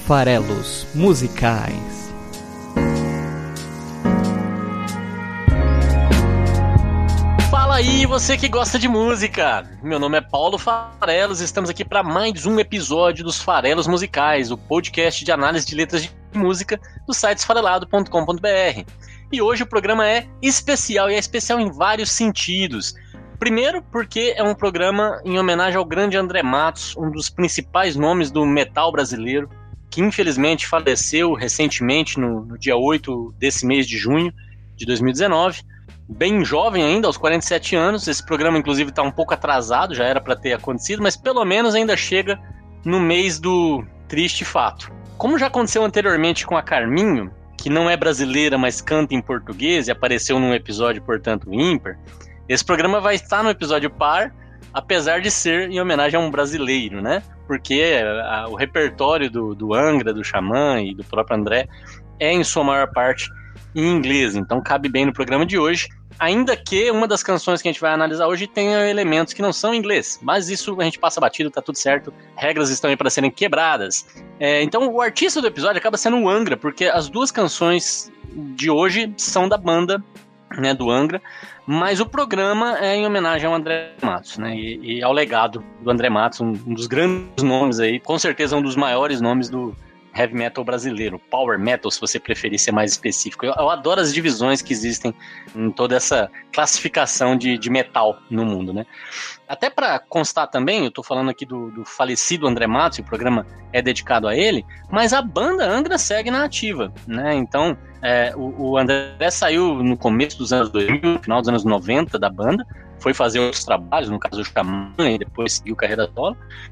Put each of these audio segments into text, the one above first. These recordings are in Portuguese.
Farelos Musicais. Fala aí, você que gosta de música! Meu nome é Paulo Farelos e estamos aqui para mais um episódio dos Farelos Musicais, o podcast de análise de letras de música do site esfarelado.com.br. E hoje o programa é especial, e é especial em vários sentidos. Primeiro, porque é um programa em homenagem ao grande André Matos, um dos principais nomes do metal brasileiro, que infelizmente faleceu recentemente, no dia 8 desse mês de junho de 2019. Bem jovem ainda, aos 47 anos. Esse programa, inclusive, está um pouco atrasado, já era para ter acontecido, mas pelo menos ainda chega no mês do triste fato. Como já aconteceu anteriormente com a Carminho, que não é brasileira, mas canta em português e apareceu num episódio, portanto, ímpar, esse programa vai estar no episódio par, apesar de ser em homenagem a um brasileiro, né? Porque o repertório do Angra, do Xamã e do próprio André é, em sua maior parte, em inglês, então cabe bem no programa de hoje, ainda que uma das canções que a gente vai analisar hoje tenha elementos que não são em inglês, mas isso a gente passa batido, tá tudo certo, regras estão aí para serem quebradas. Então o artista do episódio acaba sendo o Angra, porque as duas canções de hoje são da banda, né, do Angra, mas o programa é em homenagem ao André Matos, né, e ao legado do André Matos, um dos grandes nomes aí, com certeza um dos maiores nomes do heavy metal brasileiro, power metal, se você preferir ser mais específico. Eu adoro as divisões que existem em toda essa classificação de metal no mundo, né? Até para constar também, eu tô falando aqui do falecido André Matos, e o programa é dedicado a ele, mas a banda Angra segue na ativa, né? Então, o André saiu no começo dos anos 2000, no final dos anos 90 da banda, foi fazer outros trabalhos, no caso o Xamã, e depois seguiu carreira solo.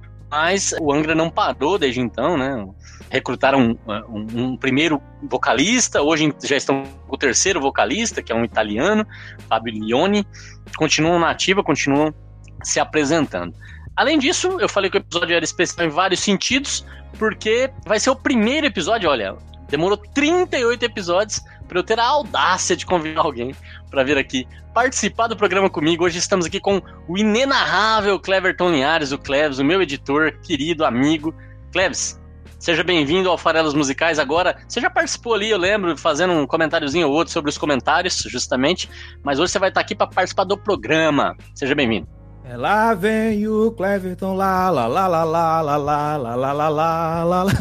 Mas o Angra não parou desde então, né? Recrutaram um primeiro vocalista, hoje já estão com o terceiro vocalista, que é um italiano, Fabio Lioni. Continuam na ativa, continuam se apresentando. Além disso, eu falei que o episódio era especial em vários sentidos, porque vai ser o primeiro episódio, olha, demorou 38 episódios para eu ter a audácia de convidar alguém para vir aqui participar do programa comigo. Hoje estamos aqui com o inenarrável Cleverton Linhares, o Cleves, o meu editor, querido amigo. Cleves, seja bem-vindo ao Farelos Musicais. Agora, você já participou ali, eu lembro, fazendo um comentáriozinho ou outro sobre os comentários, justamente, mas hoje você vai estar aqui para participar do programa. Seja bem-vindo. Lá vem o Cleverton, lá, lá, lá, lá, lá, lá, lá, lá, lá, lá, lá, lá.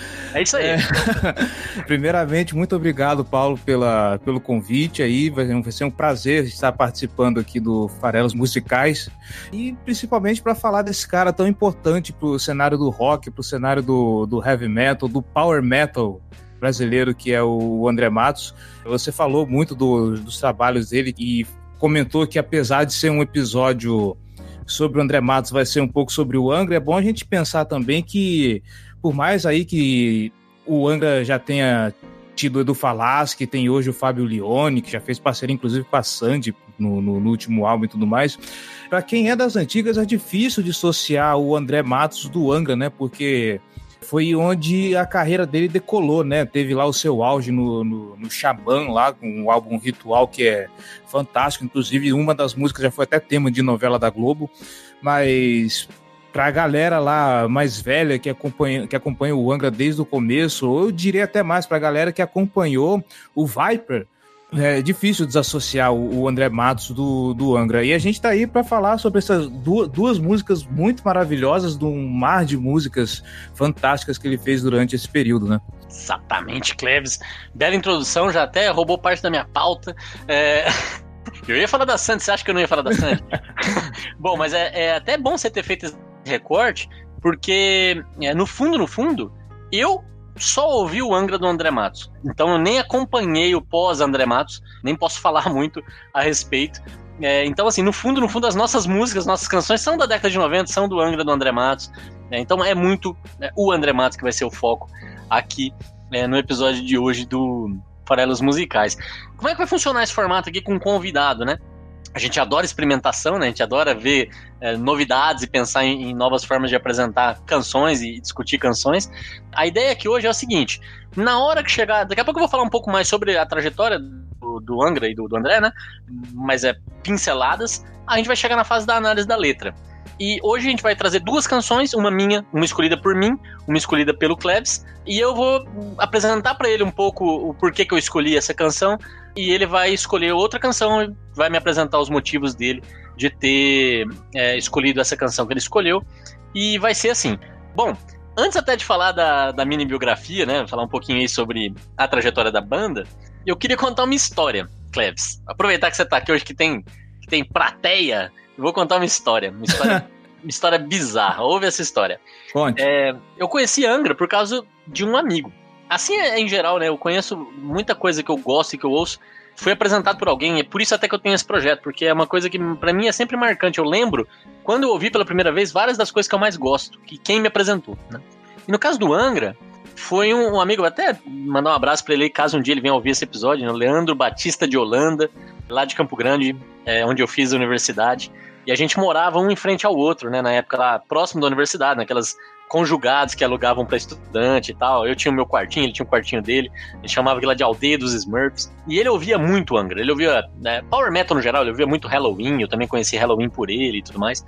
É isso aí. Primeiramente, muito obrigado, Paulo, pelo convite aí. Vai ser um prazer estar participando aqui do Farelos Musicais e principalmente para falar desse cara tão importante para o cenário do rock, para o cenário do heavy metal, do power metal brasileiro, que é o André Matos. Você falou muito dos trabalhos dele e comentou que, apesar de ser um episódio sobre o André Matos, vai ser um pouco sobre o Angra. É bom a gente pensar também que, por mais aí que o Angra já tenha tido o Edu Falaschi, tem hoje o Fabio Lioni, que já fez parceria inclusive com a Sandy no último álbum e tudo mais, para quem é das antigas é difícil dissociar o André Matos do Angra, né? Porque foi onde a carreira dele decolou, né? Teve lá o seu auge no Xamã, lá com o álbum Ritual, que é fantástico. Inclusive, uma das músicas já foi até tema de novela da Globo. Mas pra galera lá mais velha que acompanha o Angra desde o começo, ou eu diria até mais pra galera que acompanhou o Viper, é difícil desassociar o André Matos do Angra. E a gente tá aí para falar sobre essas duas músicas muito maravilhosas, de um mar de músicas fantásticas que ele fez durante esse período, né? Exatamente, Cleves. Bela introdução, já até roubou parte da minha pauta. Eu ia falar da Sandy, você acha que eu não ia falar da Sandy? Bom, mas é até bom você ter feito esse recorte, porque no fundo, eu só ouvi o Angra do André Matos. Então eu nem acompanhei o pós-André Matos, nem posso falar muito a respeito. Então, assim, no fundo, as nossas músicas, nossas canções são da década de 90, são do Angra do André Matos. Então é muito o André Matos que vai ser o foco aqui no episódio de hoje do Farelos Musicais. Como é que vai funcionar esse formato aqui com um convidado, né? A gente adora experimentação, né? A gente adora ver novidades e pensar em novas formas de apresentar canções e discutir canções. A ideia aqui hoje é o seguinte: na hora que chegar... Daqui a pouco eu vou falar um pouco mais sobre a trajetória do Angra e do André, né? Mas pinceladas. A gente vai chegar na fase da análise da letra. E hoje a gente vai trazer 2 canções, uma minha, uma escolhida por mim, uma escolhida pelo Klebs, e eu vou apresentar para ele um pouco o porquê que eu escolhi essa canção, e ele vai escolher outra canção e vai me apresentar os motivos dele de ter escolhido essa canção que ele escolheu, e vai ser assim. Bom, antes até de falar da mini biografia, né, falar um pouquinho aí sobre a trajetória da banda, eu queria contar uma história, Klebs. Aproveitar que você tá aqui hoje que tem plateia, eu vou contar uma história bizarra. Ouve essa história. Conte. Eu conheci Angra por causa de um amigo. Assim, em geral, né? Eu conheço muita coisa que eu gosto e que eu ouço. Foi apresentado por alguém, é por isso até que eu tenho esse projeto, porque é uma coisa que pra mim é sempre marcante. Eu lembro, quando eu ouvi pela primeira vez, várias das coisas que eu mais gosto, que quem me apresentou, né? E no caso do Angra, foi um amigo, até mandar um abraço pra ele, caso um dia ele venha ouvir esse episódio, né? O Leandro Batista de Holanda, lá de Campo Grande, onde eu fiz a universidade. E a gente morava um em frente ao outro, né? Na época lá, próximo da universidade, naquelas conjugados que alugavam para estudante e tal. Eu tinha o meu quartinho, ele tinha o quartinho dele. A gente chamava aquilo lá de Aldeia dos Smurfs. E ele ouvia muito Angra. Ele ouvia Power Metal no geral, ele ouvia muito Halloween. Eu também conheci Halloween por ele e tudo mais.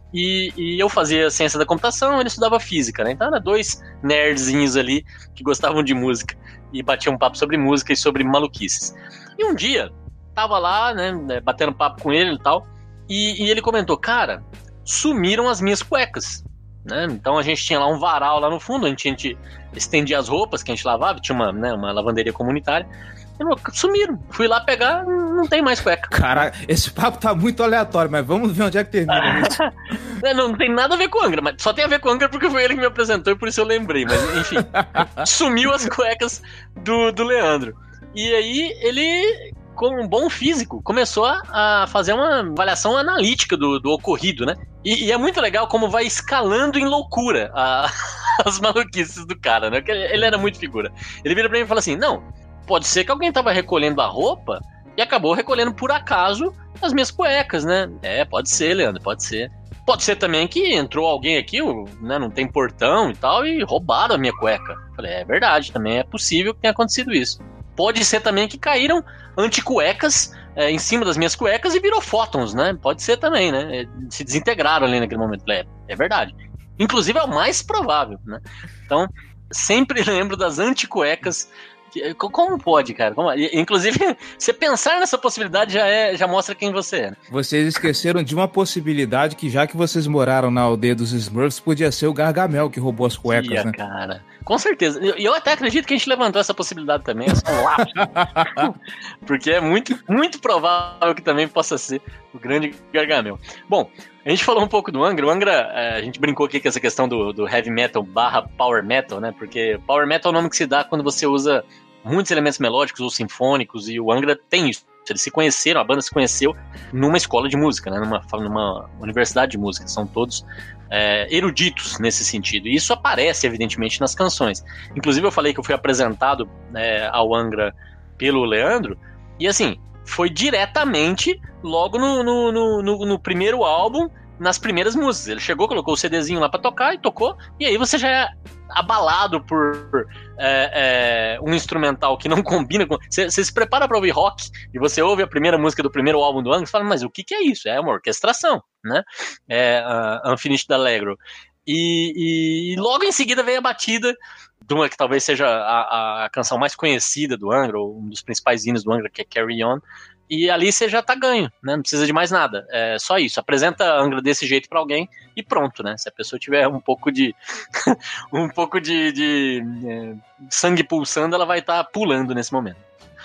E eu fazia ciência da computação, ele estudava física, né? Então eram 2 nerdzinhos ali que gostavam de música e batiam um papo sobre música e sobre maluquices. E um dia, tava lá, né, batendo papo com ele e tal, e ele comentou, cara, sumiram as minhas cuecas, né? Então a gente tinha lá um varal lá no fundo, a gente estendia as roupas que a gente lavava, tinha uma lavanderia comunitária. Sumiram. Fui lá pegar, não tem mais cueca. Cara, esse papo tá muito aleatório, mas vamos ver onde é que termina isso. Não tem nada a ver com Angra, mas só tem a ver com Angra porque foi ele que me apresentou e por isso eu lembrei. Mas enfim, sumiu as cuecas do Leandro. E aí ele, como um bom físico, começou a fazer uma avaliação analítica do ocorrido, né? E é muito legal como vai escalando em loucura as maluquices do cara, né? Porque ele era muito figura. Ele vira pra mim e fala assim, não, pode ser que alguém tava recolhendo a roupa e acabou recolhendo por acaso as minhas cuecas, né? Pode ser, Leandro, pode ser. Pode ser também que entrou alguém aqui, né, não tem portão e tal, e roubaram a minha cueca. Falei, é verdade, também é possível que tenha acontecido isso. Pode ser também que caíram anticuecas em cima das minhas cuecas e virou fótons, né? Pode ser também, né? Se desintegraram ali naquele momento. É verdade. Inclusive é o mais provável, né? Então, sempre lembro das anticuecas. Como pode, cara? Inclusive, você pensar nessa possibilidade já mostra quem você é. Vocês esqueceram de uma possibilidade que, já que vocês moraram na aldeia dos Smurfs, podia ser o Gargamel que roubou as cuecas, né? Cara, com certeza. E eu até acredito que a gente levantou essa possibilidade também, é só um lápis. Porque é muito, muito provável que também possa ser o grande Gargamel. Bom, a gente falou um pouco do Angra. O Angra, a gente brincou aqui com essa questão do heavy metal / power metal, né? Porque power metal é o nome que se dá quando você usa muitos elementos melódicos ou sinfônicos, e o Angra tem isso. Eles se conheceram, a banda se conheceu numa escola de música, né? numa universidade de música. São todos eruditos nesse sentido. E isso aparece, evidentemente, nas canções. Inclusive, eu falei que eu fui apresentado ao Angra pelo Leandro, e assim, foi diretamente logo no primeiro álbum, nas primeiras músicas. Ele chegou, colocou o CDzinho lá pra tocar e tocou, e aí você já é abalado por um instrumental que não combina com... Você se prepara pra ouvir rock e você ouve a primeira música do primeiro álbum do Angra e fala, mas o que é isso? É uma orquestração, né? Unfinished Allegro. E logo em seguida vem a batida de uma que talvez seja a canção mais conhecida do Angra, ou um dos principais hinos do Angra, que é Carry On. E ali você já tá ganho, né? Não precisa de mais nada. É só isso. Apresenta a Angra desse jeito pra alguém e pronto, né? Se a pessoa tiver um pouco de sangue pulsando, ela vai estar pulando nesse momento.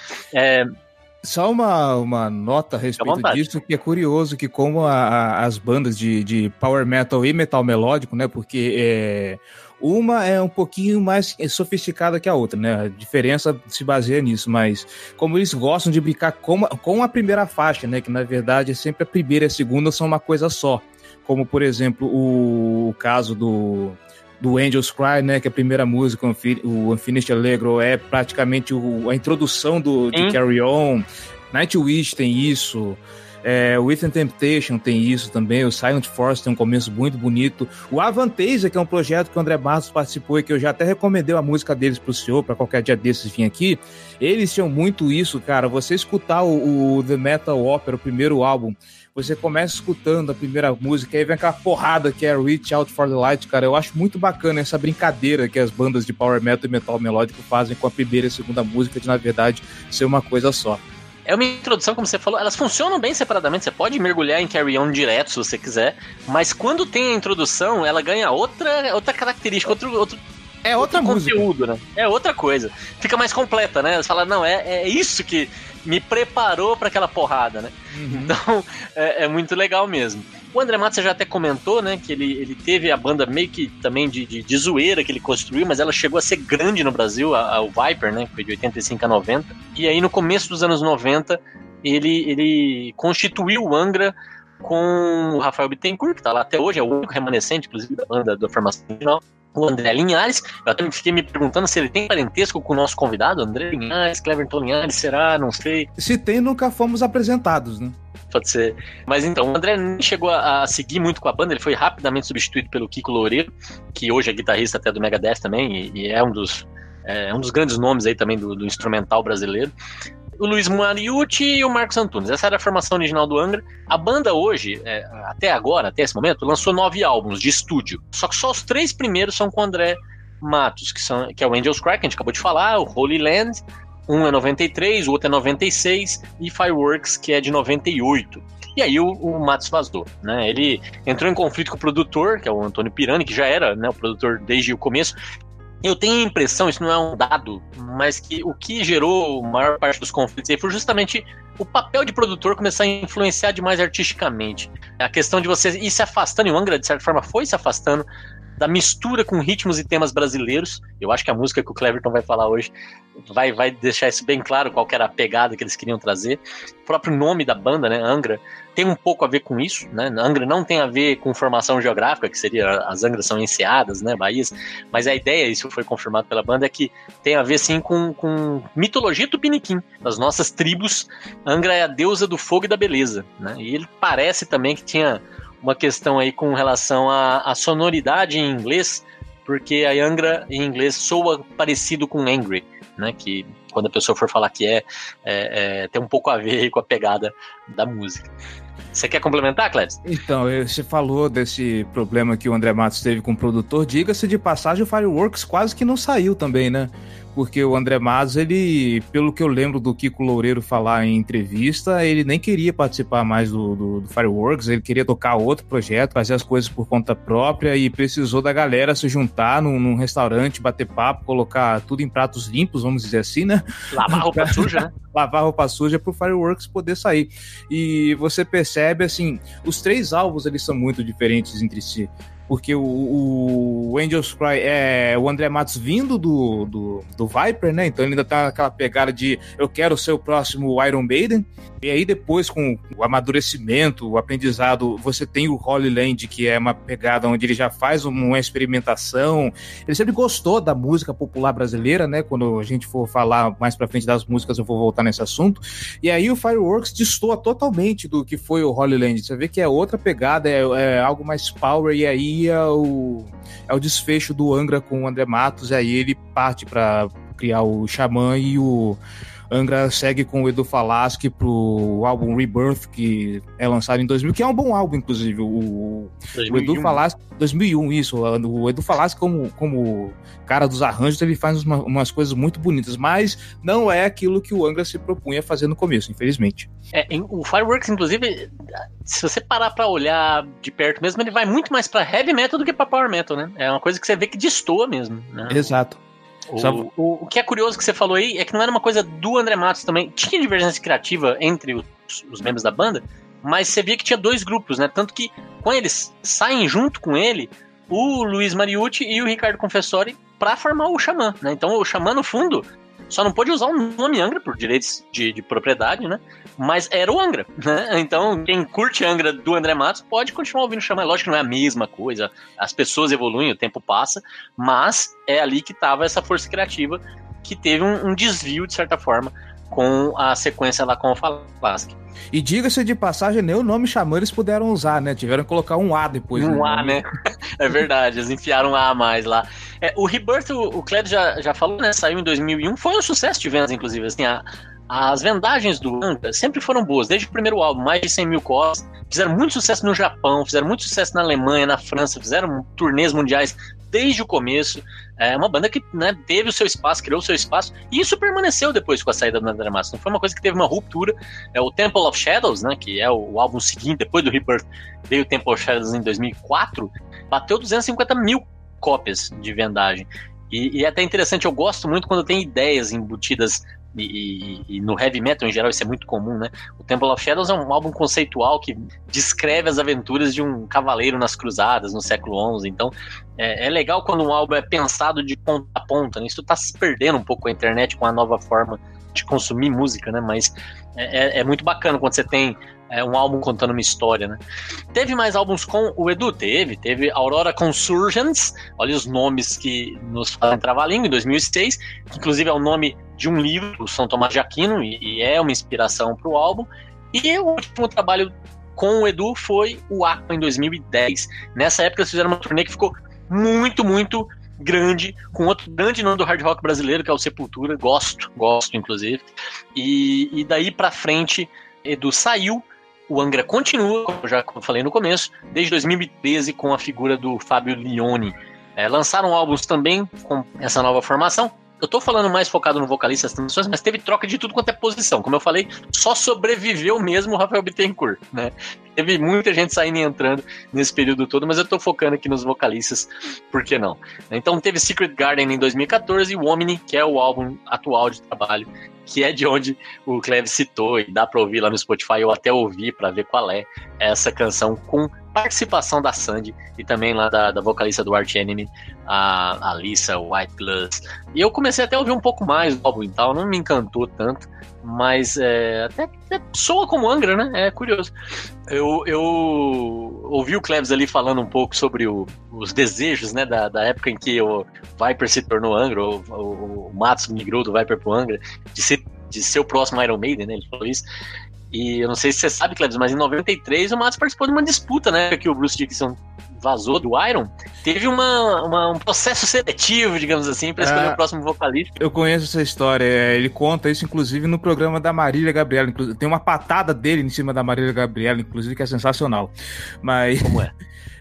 Só uma nota a respeito disso, que é curioso que como as bandas de power metal e metal melódico, né? Porque uma é um pouquinho mais sofisticada que a outra, né? A diferença se baseia nisso, mas como eles gostam de brincar com a primeira faixa, né? Que na verdade sempre a primeira e a segunda são uma coisa só. Como, por exemplo, o caso do Angels Cry, né? Que a primeira música, o Unfinished Allegro, é praticamente a introdução de Carry On. Nightwish tem isso. Within Temptation tem isso também. O Silent Force tem um começo muito bonito. O Avantasia, que é um projeto que o André Barros participou e que eu já até recomendei a música deles pro senhor, pra qualquer dia desses vir aqui. Eles tinham muito isso, cara. Você escutar o The Metal Opera, o primeiro álbum, você começa escutando a primeira música, aí vem aquela porrada que é Reach Out for the Light, cara. Eu acho muito bacana essa brincadeira que as bandas de power metal e metal melódico fazem com a primeira e a segunda música, de na verdade ser uma coisa só. É uma introdução, como você falou, elas funcionam bem separadamente, você pode mergulhar em Carry On direto se você quiser, mas quando tem a introdução, ela ganha outra característica, outro conteúdo, né? É outra coisa. Fica mais completa, né? Você fala, não, é isso que me preparou para aquela porrada, né? Uhum. Então, é muito legal mesmo. O André Matos já até comentou, né, que ele teve a banda meio que também de zoeira que ele construiu, mas ela chegou a ser grande no Brasil, o Viper, né, que foi de 85 a 90. E aí, no começo dos anos 90, ele constituiu o Angra com o Rafael Bittencourt, que tá lá até hoje, é o único remanescente, inclusive, da banda da formação original. O André Linhares, eu até fiquei me perguntando se ele tem parentesco com o nosso convidado, André Linhares, Cleverton Linhares, será? Não sei. Se tem, nunca fomos apresentados, né? Pode ser. Mas então, o André nem chegou a seguir muito com a banda, ele foi rapidamente substituído pelo Kiko Loureiro, que hoje é guitarrista até do Megadeth também, e é um dos grandes nomes aí também do instrumental brasileiro. O Luiz Mariucci e o Marcos Antunes. Essa era a formação original do Angra. A banda hoje, até agora, até esse momento, lançou 9 álbuns de estúdio. Só que só os 3 primeiros são com o André Matos, que é o Angel's Cry, que a gente acabou de falar, o Holy Land, um é 93, o outro é 96, e Fireworks, que é de 98. E aí o Matos vazou, né? Ele entrou em conflito com o produtor, que é o Antônio Pirani, que já era, né, o produtor desde o começo. Eu tenho a impressão, isso não é um dado, mas que o que gerou a maior parte dos conflitos aí foi justamente o papel de produtor começar a influenciar demais artisticamente. A questão de você ir se afastando, e o Angra, de certa forma, foi se afastando da mistura com ritmos e temas brasileiros. Eu acho que a música que o Cleverton vai falar hoje vai deixar isso bem claro, qual que era a pegada que eles queriam trazer. O próprio nome da banda, né, Angra, tem um pouco a ver com isso, né? Angra não tem a ver com formação geográfica, que seria, as Angras são enseadas, né, baías, mas a ideia, isso foi confirmado pela banda, é que tem a ver sim com mitologia tupiniquim, das nossas tribos. Angra é a deusa do fogo e da beleza, né? E ele parece também que tinha uma questão aí com relação à sonoridade em inglês, porque a Angra em inglês soa parecido com angry, né? Que quando a pessoa for falar que tem um pouco a ver aí com a pegada da música. Você quer complementar, Cléber? Então, você falou desse problema que o André Matos teve com o produtor. Diga-se de passagem, o Fireworks quase que não saiu também, né? Porque o André Matos, ele, pelo que eu lembro do Kiko Loureiro falar em entrevista, ele nem queria participar mais do Fireworks, ele queria tocar outro projeto, fazer as coisas por conta própria, e precisou da galera se juntar num restaurante, bater papo, colocar tudo em pratos limpos, vamos dizer assim, né? Lavar roupa suja, né? Lavar roupa suja pro Fireworks poder sair. E você percebe, assim, os 3 álbuns, eles são muito diferentes entre si. Porque o Angel's Cry é o André Matos vindo do Viper, né? Então ele ainda tá naquela pegada de eu quero ser o próximo Iron Maiden. E aí depois, com o amadurecimento, o aprendizado, você tem o Holy Land, que é uma pegada onde ele já faz uma experimentação. Ele sempre gostou da música popular brasileira, né? Quando a gente for falar mais pra frente das músicas, eu vou voltar nesse assunto. E aí o Fireworks destoa totalmente do que foi o Holy Land. Você vê que é outra pegada, é algo mais power, e aí é o desfecho do Angra com o André Matos, e aí ele parte para criar o Xamã, e o Angra segue com o Edu Falaschi pro álbum Rebirth, que é lançado em 2000, que é um bom álbum, inclusive. O Edu Falaschi, 2001, isso. O Edu Falaschi, como cara dos arranjos, ele faz umas coisas muito bonitas, mas não é aquilo que o Angra se propunha fazer no começo, infelizmente. O Fireworks, inclusive, se você parar pra olhar de perto mesmo, ele vai muito mais pra heavy metal do que pra power metal, né? É uma coisa que você vê que destoa mesmo, né? Exato. O que é curioso que você falou aí é que não era uma coisa do André Matos também. Tinha divergência criativa entre os membros da banda, mas você via que tinha 2 grupos, né? Tanto que quando eles saem junto com ele, o Luiz Mariucci e o Ricardo Confessori, pra formar o Xamã, né? Então o Xamã, no fundo, só não pôde usar o nome Angra por direitos de propriedade, né? Mas era o Angra, né? Então quem curte Angra do André Matos pode continuar ouvindo o Xamã. Lógico que não é a mesma coisa, as pessoas evoluem, o tempo passa, mas é ali que estava essa força criativa que teve um desvio, de certa forma, com a sequência lá com o Falaschi. E diga-se de passagem, nem o nome Xamã eles puderam usar, né? Tiveram que colocar um A depois. Um A, né? É verdade, eles enfiaram um A a mais lá. O Rebirth, o Cléber já falou, né? Saiu em 2001, foi um sucesso de vendas, inclusive. Assim, as vendagens do Angra sempre foram boas, desde o primeiro álbum, mais de 100 mil cópias, fizeram muito sucesso no Japão, fizeram muito sucesso na Alemanha, na França, fizeram turnês mundiais desde o começo. É uma banda que, né, teve o seu espaço, criou o seu espaço, e isso permaneceu depois com a saída do André Matos. Não foi uma coisa que teve uma ruptura. O Temple of Shadows, né, que é o álbum seguinte, depois do Rebirth, veio o Temple of Shadows em 2004, bateu 250 mil cópias de vendagem. E é até interessante, eu gosto muito quando tem ideias embutidas, e no heavy metal em geral isso é muito comum, né? O Temple of Shadows é um álbum conceitual que descreve as aventuras de um cavaleiro nas cruzadas no século XI. Então é legal quando um álbum é pensado de ponta a ponta, né? Isso tá se perdendo um pouco com a internet, com a nova forma de consumir música, né? Mas é muito bacana quando você tem um álbum contando uma história, né? Teve mais álbuns com o Edu? Teve Aurora Consurgence, olha os nomes que nos fazem travar a língua, em 2006, que inclusive é o nome de um livro do São Tomás de Aquino, e é uma inspiração para o álbum. E o último trabalho com o Edu foi o Aqua, em 2010. Nessa época eles fizeram uma turnê que ficou muito, muito grande, com outro grande nome do hard rock brasileiro, que é o Sepultura. Gosto inclusive. E daí pra frente, Edu saiu, o Angra continua, como eu já falei no começo, desde 2013 com a figura do Fábio Lione. Lançaram álbuns também com essa nova formação. Eu tô falando mais focado no vocalista das transições, mas teve troca de tudo quanto é posição. Como eu falei, só sobreviveu mesmo o Rafael Bittencourt, né? Teve muita gente saindo e entrando nesse período todo, mas eu tô focando aqui nos vocalistas, por que não? Então teve Secret Garden em 2014 e o Omni, que é o álbum atual de trabalho, que é de onde o Cleves citou, e dá pra ouvir lá no Spotify, eu até ouvi pra ver qual é essa canção, com participação da Sandy e também lá da vocalista do Arch Enemy, a Alissa White Glass. E eu comecei até a ouvir um pouco mais do álbum e tal, não me encantou tanto, mas até soa como Angra, né? É curioso. Eu ouvi o Cleves ali falando um pouco sobre os desejos, né, da época em que o Viper se tornou Angra, o Matos migrou do Viper pro Angra, de ser o próximo Iron Maiden, né? Ele falou isso. E eu não sei se você sabe, Cleves, mas em 93 o Matos participou de uma disputa, né? Que o Bruce Dickinson vazou do Iron. Teve um processo seletivo, digamos assim, para escolher o próximo vocalista. Eu conheço essa história. Ele conta isso, inclusive, no programa da Marília Gabriela. Tem uma patada dele em cima da Marília Gabriela, inclusive, que é sensacional. Mas... Como é?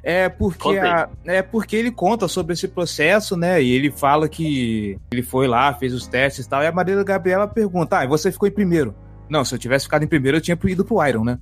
Porque ele conta sobre esse processo, né? E ele fala que ele foi lá, fez os testes e tal. E a Marília Gabriela pergunta: e você ficou em primeiro? Não, se eu tivesse ficado em primeiro, eu tinha ido pro Iron, né?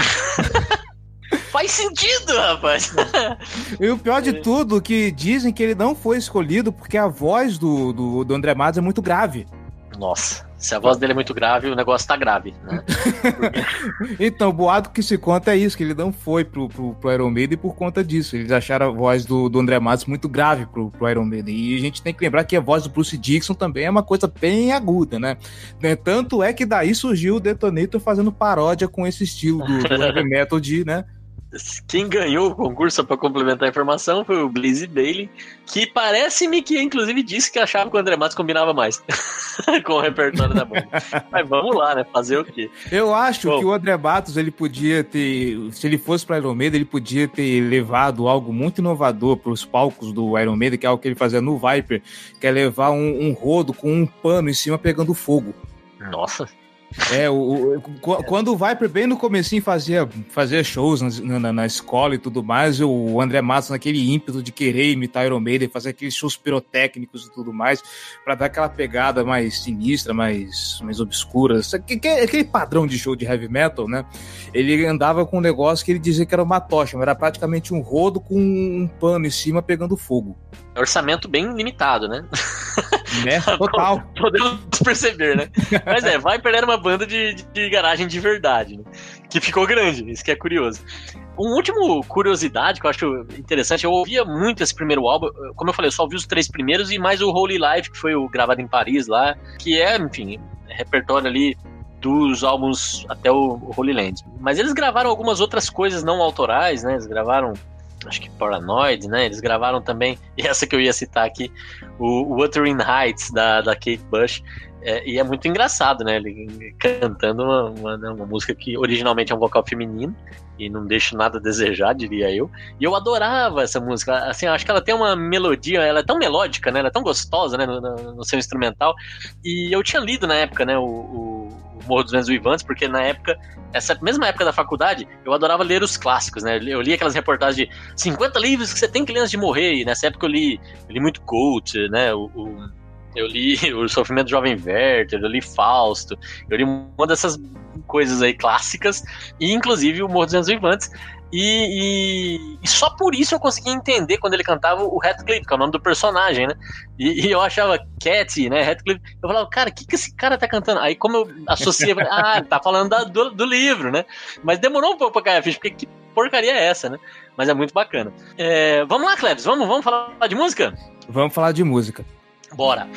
Faz sentido, rapaz! E o pior de tudo, que dizem que ele não foi escolhido porque a voz do André Matos é muito grave. Nossa, se a voz dele é muito grave, o negócio tá grave, né? Então, o boato que se conta é isso, que ele não foi pro Iron Maiden por conta disso. Eles acharam a voz do André Matos muito grave pro Iron Maiden. E a gente tem que lembrar que a voz do Bruce Dickinson também é uma coisa bem aguda, né? Tanto é que daí surgiu o Detonator fazendo paródia com esse estilo do heavy metal né? Quem ganhou o concurso, para complementar a informação, foi o Blaze Bailey, que parece-me que inclusive disse que achava que o André Matos combinava mais com o repertório da banda. Mas vamos lá, né? Fazer o quê? Eu acho que o André Matos, ele podia ter, se ele fosse para Iron Maiden, ele podia ter levado algo muito inovador para os palcos do Iron Maiden, que é algo que ele fazia no Viper, que é levar um rodo com um pano em cima pegando fogo. Nossa! Quando o Viper bem no comecinho fazia shows na escola e tudo mais, o André Matos naquele ímpeto de querer imitar Iron Maiden, fazer aqueles shows pirotécnicos e tudo mais, pra dar aquela pegada mais sinistra, mais obscura, aquele padrão de show de heavy metal, né? Ele andava com um negócio que ele dizia que era uma tocha, mas era praticamente um rodo com um pano em cima pegando fogo. Orçamento bem limitado, né? Né? Total. Podemos perceber, né? Mas Viper era uma banda de garagem de verdade, né? Que ficou grande, isso que é curioso. Um último curiosidade que eu acho interessante, eu ouvia muito esse primeiro álbum, como eu falei, eu só ouvi os 3 primeiros e mais o Holy Life, que foi o gravado em Paris lá, que enfim, repertório ali dos álbuns até o Holy Land. Mas eles gravaram algumas outras coisas não autorais, né? Eles gravaram, acho que Paranoid, né? Eles gravaram também, e essa que eu ia citar aqui, o Wuthering Heights, da Kate Bush, e é muito engraçado, né? Ele cantando uma música que originalmente é um vocal feminino, e não deixa nada a desejar, diria eu. E eu adorava essa música, assim, eu acho que ela tem uma melodia, ela é tão melódica, né? Ela é tão gostosa, né? No seu instrumental. E eu tinha lido na época, né? O Morro dos Ventos Uivantes, porque na época, essa mesma época da faculdade, eu adorava ler os clássicos, né? Eu li aquelas reportagens de 50 livros que você tem que ler antes de morrer, e nessa época eu li muito Goethe, né? Eu li O Sofrimento do Jovem Werther, eu li Fausto, eu li uma dessas coisas aí clássicas, e inclusive o Morro dos Ventos Uivantes. E só por isso eu conseguia entender quando ele cantava o Heathcliff, que é o nome do personagem, né? E eu achava Cat, né? Heathcliff. Eu falava, cara, o que esse cara tá cantando? Aí, como eu associei, ele tá falando do livro, né? Mas demorou um pouco pra cair a ficha, porque que porcaria é essa, né? Mas é muito bacana. Vamos lá, Cleves, vamos falar de música? Vamos falar de música. Bora!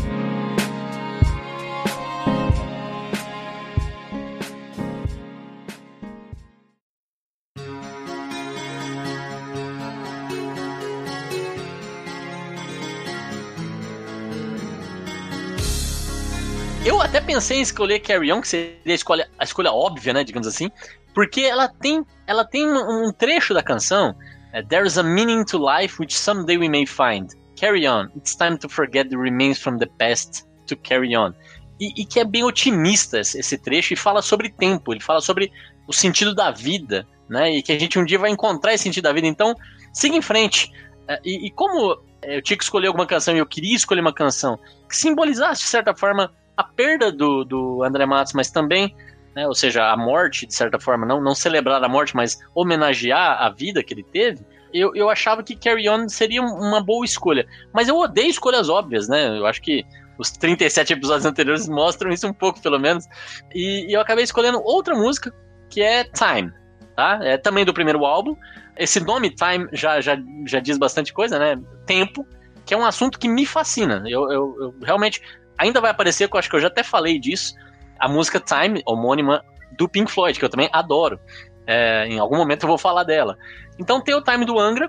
Eu até pensei em escolher Carry On, que seria a escolha óbvia, né, digamos assim, porque ela tem um trecho da canção, There's a meaning to life which someday we may find. Carry on, it's time to forget the remains from the past to carry on. E que é bem otimista esse trecho, e fala sobre tempo, ele fala sobre o sentido da vida, né, e que a gente um dia vai encontrar esse sentido da vida, então siga em frente. E como eu tinha que escolher alguma canção, e eu queria escolher uma canção que simbolizasse, de certa forma, a perda do André Matos, mas também, né, ou seja, a morte, de certa forma, não celebrar a morte, mas homenagear a vida que ele teve, eu achava que Carry On seria uma boa escolha. Mas eu odeio escolhas óbvias, né? Eu acho que os 37 episódios anteriores mostram isso um pouco, pelo menos. E eu acabei escolhendo outra música, que é Time, tá? É também do primeiro álbum. Esse nome, Time, já diz bastante coisa, né? Tempo, que é um assunto que me fascina. Eu realmente... Ainda vai aparecer, que eu acho que eu já até falei disso, a música Time, homônima do Pink Floyd, que eu também adoro. Em algum momento eu vou falar dela. Então tem o Time do Angra,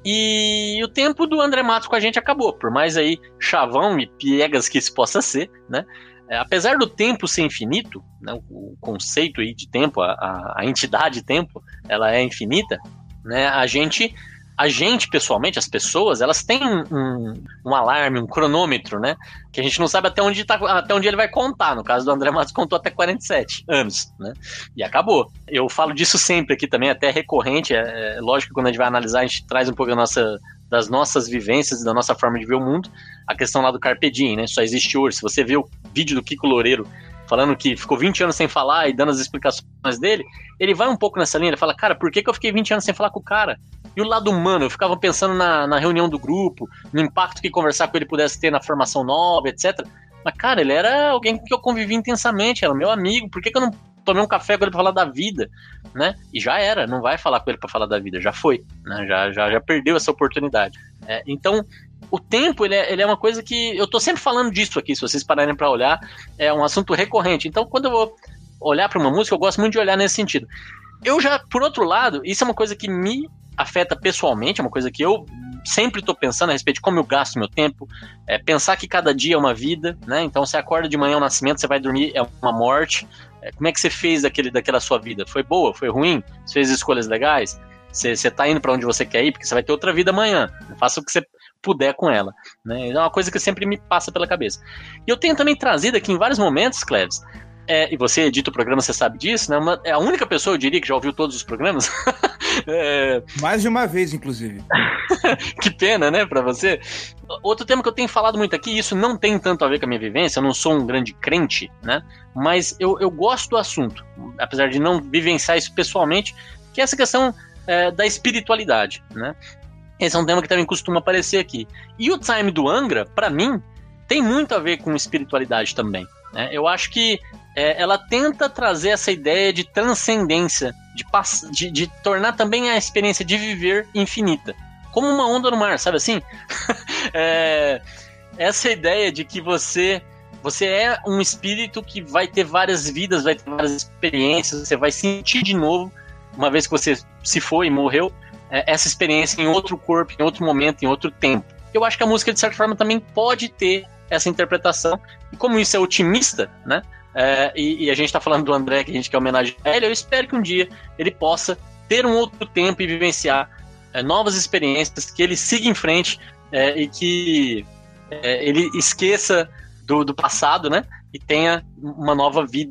e o tempo do André Matos com a gente acabou, por mais aí chavão e piegas que isso possa ser, né? Apesar do tempo ser infinito, né, o conceito aí de tempo, a entidade tempo, ela é infinita, né? A gente pessoalmente, as pessoas, elas têm um alarme, um cronômetro, né? Que a gente não sabe até onde ele vai contar. No caso do André Matos, contou até 47 anos, né? E acabou. Eu falo disso sempre aqui também, até recorrente. Lógico que quando a gente vai analisar, a gente traz um pouco das nossas vivências, da nossa forma de ver o mundo. A questão lá do Carpe Diem, né? Só existe hoje. Se você vê o vídeo do Kiko Loureiro falando que ficou 20 anos sem falar e dando as explicações dele, ele vai um pouco nessa linha. Ele fala, cara, por que eu fiquei 20 anos sem falar com o cara? E o lado humano, eu ficava pensando na reunião do grupo, no impacto que conversar com ele pudesse ter na formação nova, etc. Mas, cara, ele era alguém com que eu convivi intensamente, era meu amigo, por que eu não tomei um café com ele pra falar da vida, né? E já era, não vai falar com ele pra falar da vida, já foi, né? Já perdeu essa oportunidade. Então, o tempo, ele é uma coisa que... Eu tô sempre falando disso aqui, se vocês pararem pra olhar, é um assunto recorrente. Então, quando eu vou olhar pra uma música, eu gosto muito de olhar nesse sentido. Eu já, por outro lado, isso é uma coisa que me afeta pessoalmente, é uma coisa que eu sempre estou pensando a respeito de como eu gasto meu tempo, pensar que cada dia é uma vida, né? Então você acorda de manhã, é um nascimento, você vai dormir, é uma morte. Como é que você fez daquela sua vida? Foi boa? Foi ruim? Você fez escolhas legais? Você está indo para onde você quer ir? Porque você vai ter outra vida amanhã. Faça o que você puder com ela, né? É uma coisa que sempre me passa pela cabeça. E eu tenho também trazido aqui em vários momentos, Cleves, e você edita o programa, você sabe disso, né? É a única pessoa, eu diria, que já ouviu todos os programas. Mais de uma vez, inclusive. Que pena, né, pra você. Outro tema que eu tenho falado muito aqui, isso não tem tanto a ver com a minha vivência, eu não sou um grande crente, né? Mas eu gosto do assunto, apesar de não vivenciar isso pessoalmente, que é essa questão da espiritualidade, né? Esse é um tema que também costuma aparecer aqui. E o Time do Angra, pra mim, tem muito a ver com espiritualidade também. Eu acho que ela tenta trazer essa ideia de transcendência, de tornar também a experiência de viver infinita, como uma onda no mar, sabe assim? Essa ideia de que você é um espírito que vai ter várias vidas, vai ter várias experiências, você vai sentir de novo, uma vez que você se foi e morreu, essa experiência em outro corpo, em outro momento, em outro tempo. Eu acho que a música, de certa forma, também pode ter essa interpretação, e como isso é otimista, né? E a gente está falando do André, que a gente quer homenagear ele, eu espero que um dia ele possa ter um outro tempo e vivenciar novas experiências, que ele siga em frente e que ele esqueça do passado, né? E tenha uma nova vida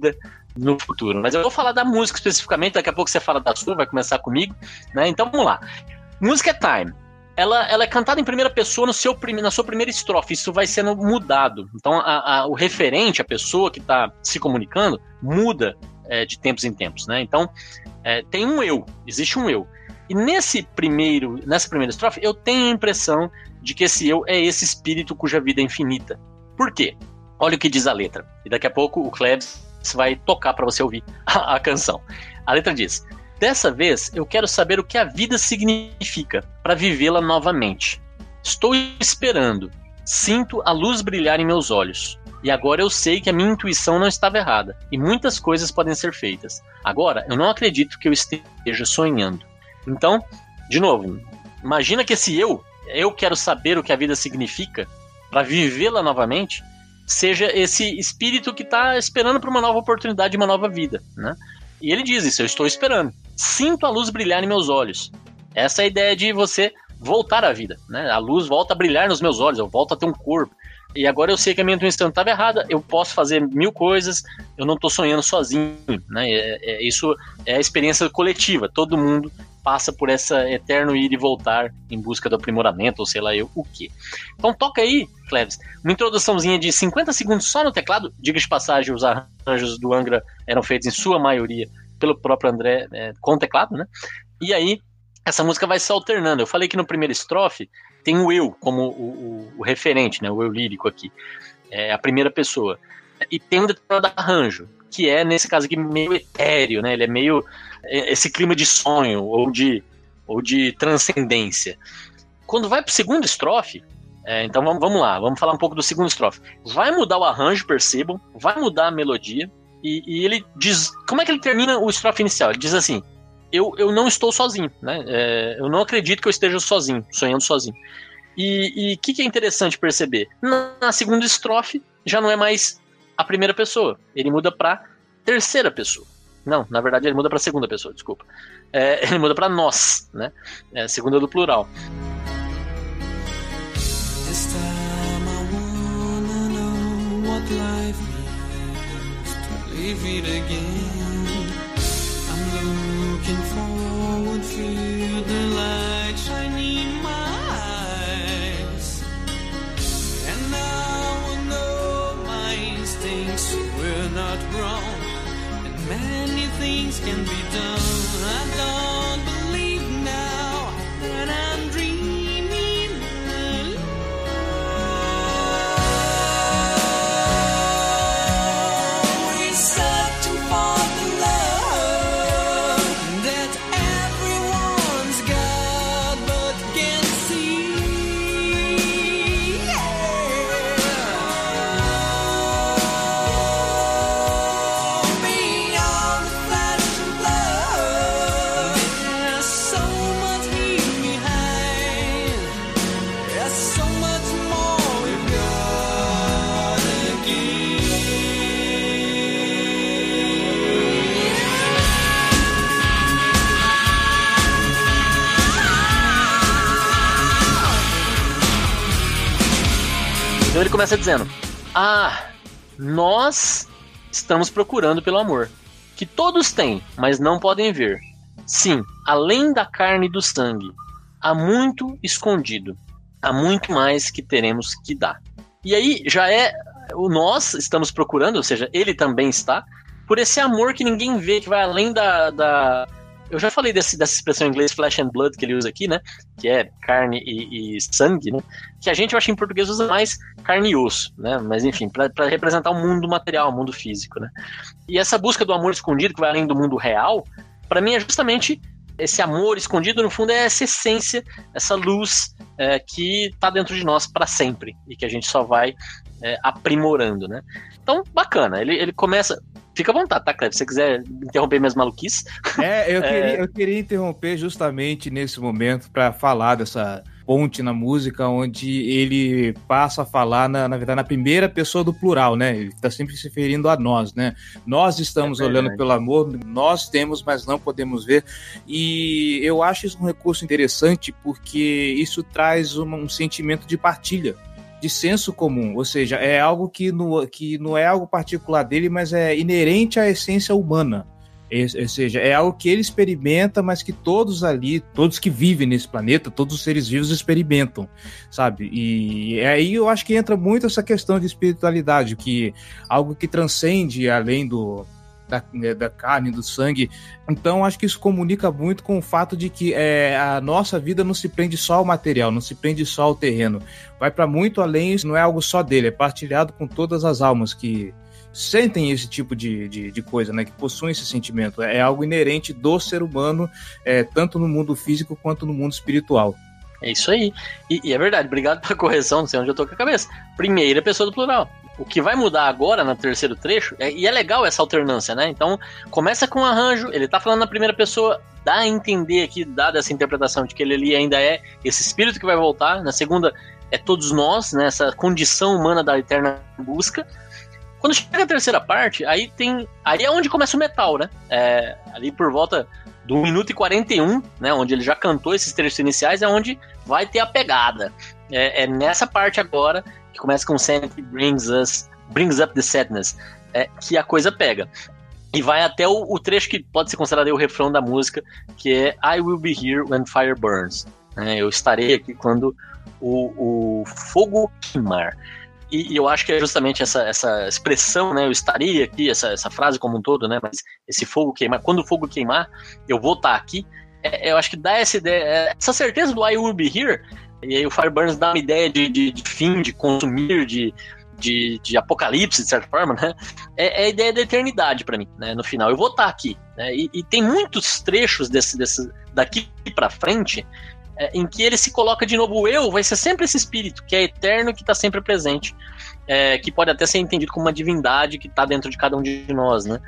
no futuro. Mas eu vou falar da música especificamente, daqui a pouco você fala da sua, vai começar comigo, né? Então vamos lá. Música Time. Ela é cantada em primeira pessoa na sua primeira estrofe, isso vai sendo mudado. Então o referente, a pessoa que está se comunicando, muda de tempos em tempos, né? Então tem um eu, existe um eu. E nessa primeira estrofe, eu tenho a impressão de que esse eu é esse espírito cuja vida é infinita. Por quê? Olha o que diz a letra. E daqui a pouco o Cleves vai tocar para você ouvir a canção. A letra diz: dessa vez eu quero saber o que a vida significa para vivê-la novamente. Estou esperando. Sinto a luz brilhar em meus olhos. E agora eu sei que a minha intuição não estava errada. E muitas coisas podem ser feitas. Agora eu não acredito que eu esteja sonhando. Então, de novo, imagina que esse eu quero saber o que a vida significa para vivê-la novamente, seja esse espírito que está esperando por uma nova oportunidade, uma nova vida, né? E ele diz isso: eu estou esperando. Sinto a luz brilhar em meus olhos. Essa é a ideia de você voltar à vida, né? A luz volta a brilhar nos meus olhos, eu volto a ter um corpo. E agora eu sei que a minha intuição estava errada, eu posso fazer 1000 coisas, eu não estou sonhando sozinho, né? Isso é a experiência coletiva, todo mundo passa por essa eterno ir e voltar em busca do aprimoramento, ou sei lá eu o quê. Então toca aí, Cleves, uma introduçãozinha de 50 segundos só no teclado. Diga de passagem, os arranjos do Angra eram feitos em sua maioria pelo próprio André com teclado, né? E aí essa música vai se alternando. Eu falei que no primeiro estrofe tem o eu como o referente, né? O eu lírico aqui, é a primeira pessoa. E tem um determinado arranjo, que é, nesse caso aqui, meio etéreo, né? Ele é meio esse clima de sonho ou de transcendência. Quando vai pro segundo estrofe, então vamos lá, vamos falar um pouco do segundo estrofe. Vai mudar o arranjo, percebam, vai mudar a melodia, e ele diz, como é que ele termina o estrofe inicial? Ele diz assim: eu não estou sozinho, né? Eu não acredito que eu esteja sozinho, sonhando sozinho. E o que é interessante perceber? Na segunda estrofe já não é mais a primeira pessoa, ele muda para terceira pessoa. Não, na verdade ele muda para segunda pessoa, desculpa. Ele muda para nós, né? Segunda do plural. This time I wanna know what life means to live it again. I'm looking forward, feel the light shining in my eyes. And now I know my instincts were not wrong. Many things can be done. I don't believe now that I'm dreaming alone. We're searching for the love that everyone's got but can't see. Então ele começa dizendo: nós estamos procurando pelo amor, que todos têm, mas não podem ver. Sim, além da carne e do sangue, há muito escondido, há muito mais que teremos que dar. E aí já é o nós estamos procurando, ou seja, ele também está, por esse amor que ninguém vê, que vai além da eu já falei dessa expressão em inglês, flesh and blood, que ele usa aqui, né? Que é carne e sangue, né? Que a gente, eu acho, em português usa mais carne e osso, né? Mas, enfim, para representar o mundo material, o mundo físico, né? E essa busca do amor escondido, que vai além do mundo real, para mim é justamente esse amor escondido, no fundo, é essa essência, essa luz que está dentro de nós para sempre e que a gente só vai aprimorando, né? Então, bacana. Ele começa... Fica à vontade, tá, Cleber? Se você quiser interromper minhas maluquices. Eu queria interromper justamente nesse momento para falar dessa ponte na música, onde ele passa a falar, na verdade, na primeira pessoa do plural, né? Ele está sempre se referindo a nós, né? Nós estamos olhando pelo amor, nós temos, mas não podemos ver. E eu acho isso um recurso interessante, porque isso traz um sentimento de partilha. de senso comum, ou seja, é algo que não é algo particular dele, mas é inerente à essência humana. Ou seja, é algo que ele experimenta, mas que todos que vivem nesse planeta, todos os seres vivos experimentam, sabe? E aí eu acho que entra muito essa questão de espiritualidade, que algo que transcende além da carne, do sangue. Então acho que isso comunica muito com o fato de que a nossa vida não se prende só ao material, não se prende só ao terreno, vai para muito além, isso não é algo só dele, é partilhado com todas as almas que sentem esse tipo de coisa, né, que possuem esse sentimento, é algo inerente do ser humano, tanto no mundo físico quanto no mundo espiritual. É isso aí, e é verdade, obrigado pela correção, não sei onde eu tô com a cabeça, primeira pessoa do plural. O que vai mudar agora no terceiro trecho, e é legal essa alternância, né? Então, começa com um arranjo, ele tá falando na primeira pessoa, dá a entender aqui, dada essa interpretação de que ele ali ainda é esse espírito que vai voltar. Na segunda, é todos nós, né? Essa condição humana da eterna busca. Quando chega a terceira parte, aí é onde começa o metal, né? Ali por volta do 1 minuto e 41, né? Onde ele já cantou esses trechos iniciais, é onde vai ter a pegada. É nessa parte agora que começa com Sanity brings up the sadness, que a coisa pega. E vai até o trecho que pode ser considerado o refrão da música, que é I will be here when fire burns. Eu estarei aqui quando o fogo queimar. E eu acho que é justamente essa expressão, né? Eu estaria aqui, essa frase como um todo, né? Mas esse fogo queimar, quando o fogo queimar, eu vou estar aqui. Eu acho que dá essa ideia, essa certeza do I will be here. E aí o Fire Burns dá uma ideia de fim, de consumir, de apocalipse, de certa forma, né? É a ideia da eternidade pra mim, né? No final, eu vou estar aqui, né? E tem muitos trechos daqui pra frente em que ele se coloca de novo, vai ser sempre esse espírito, que é eterno, que tá sempre presente, que pode até ser entendido como uma divindade que tá dentro de cada um de nós, né?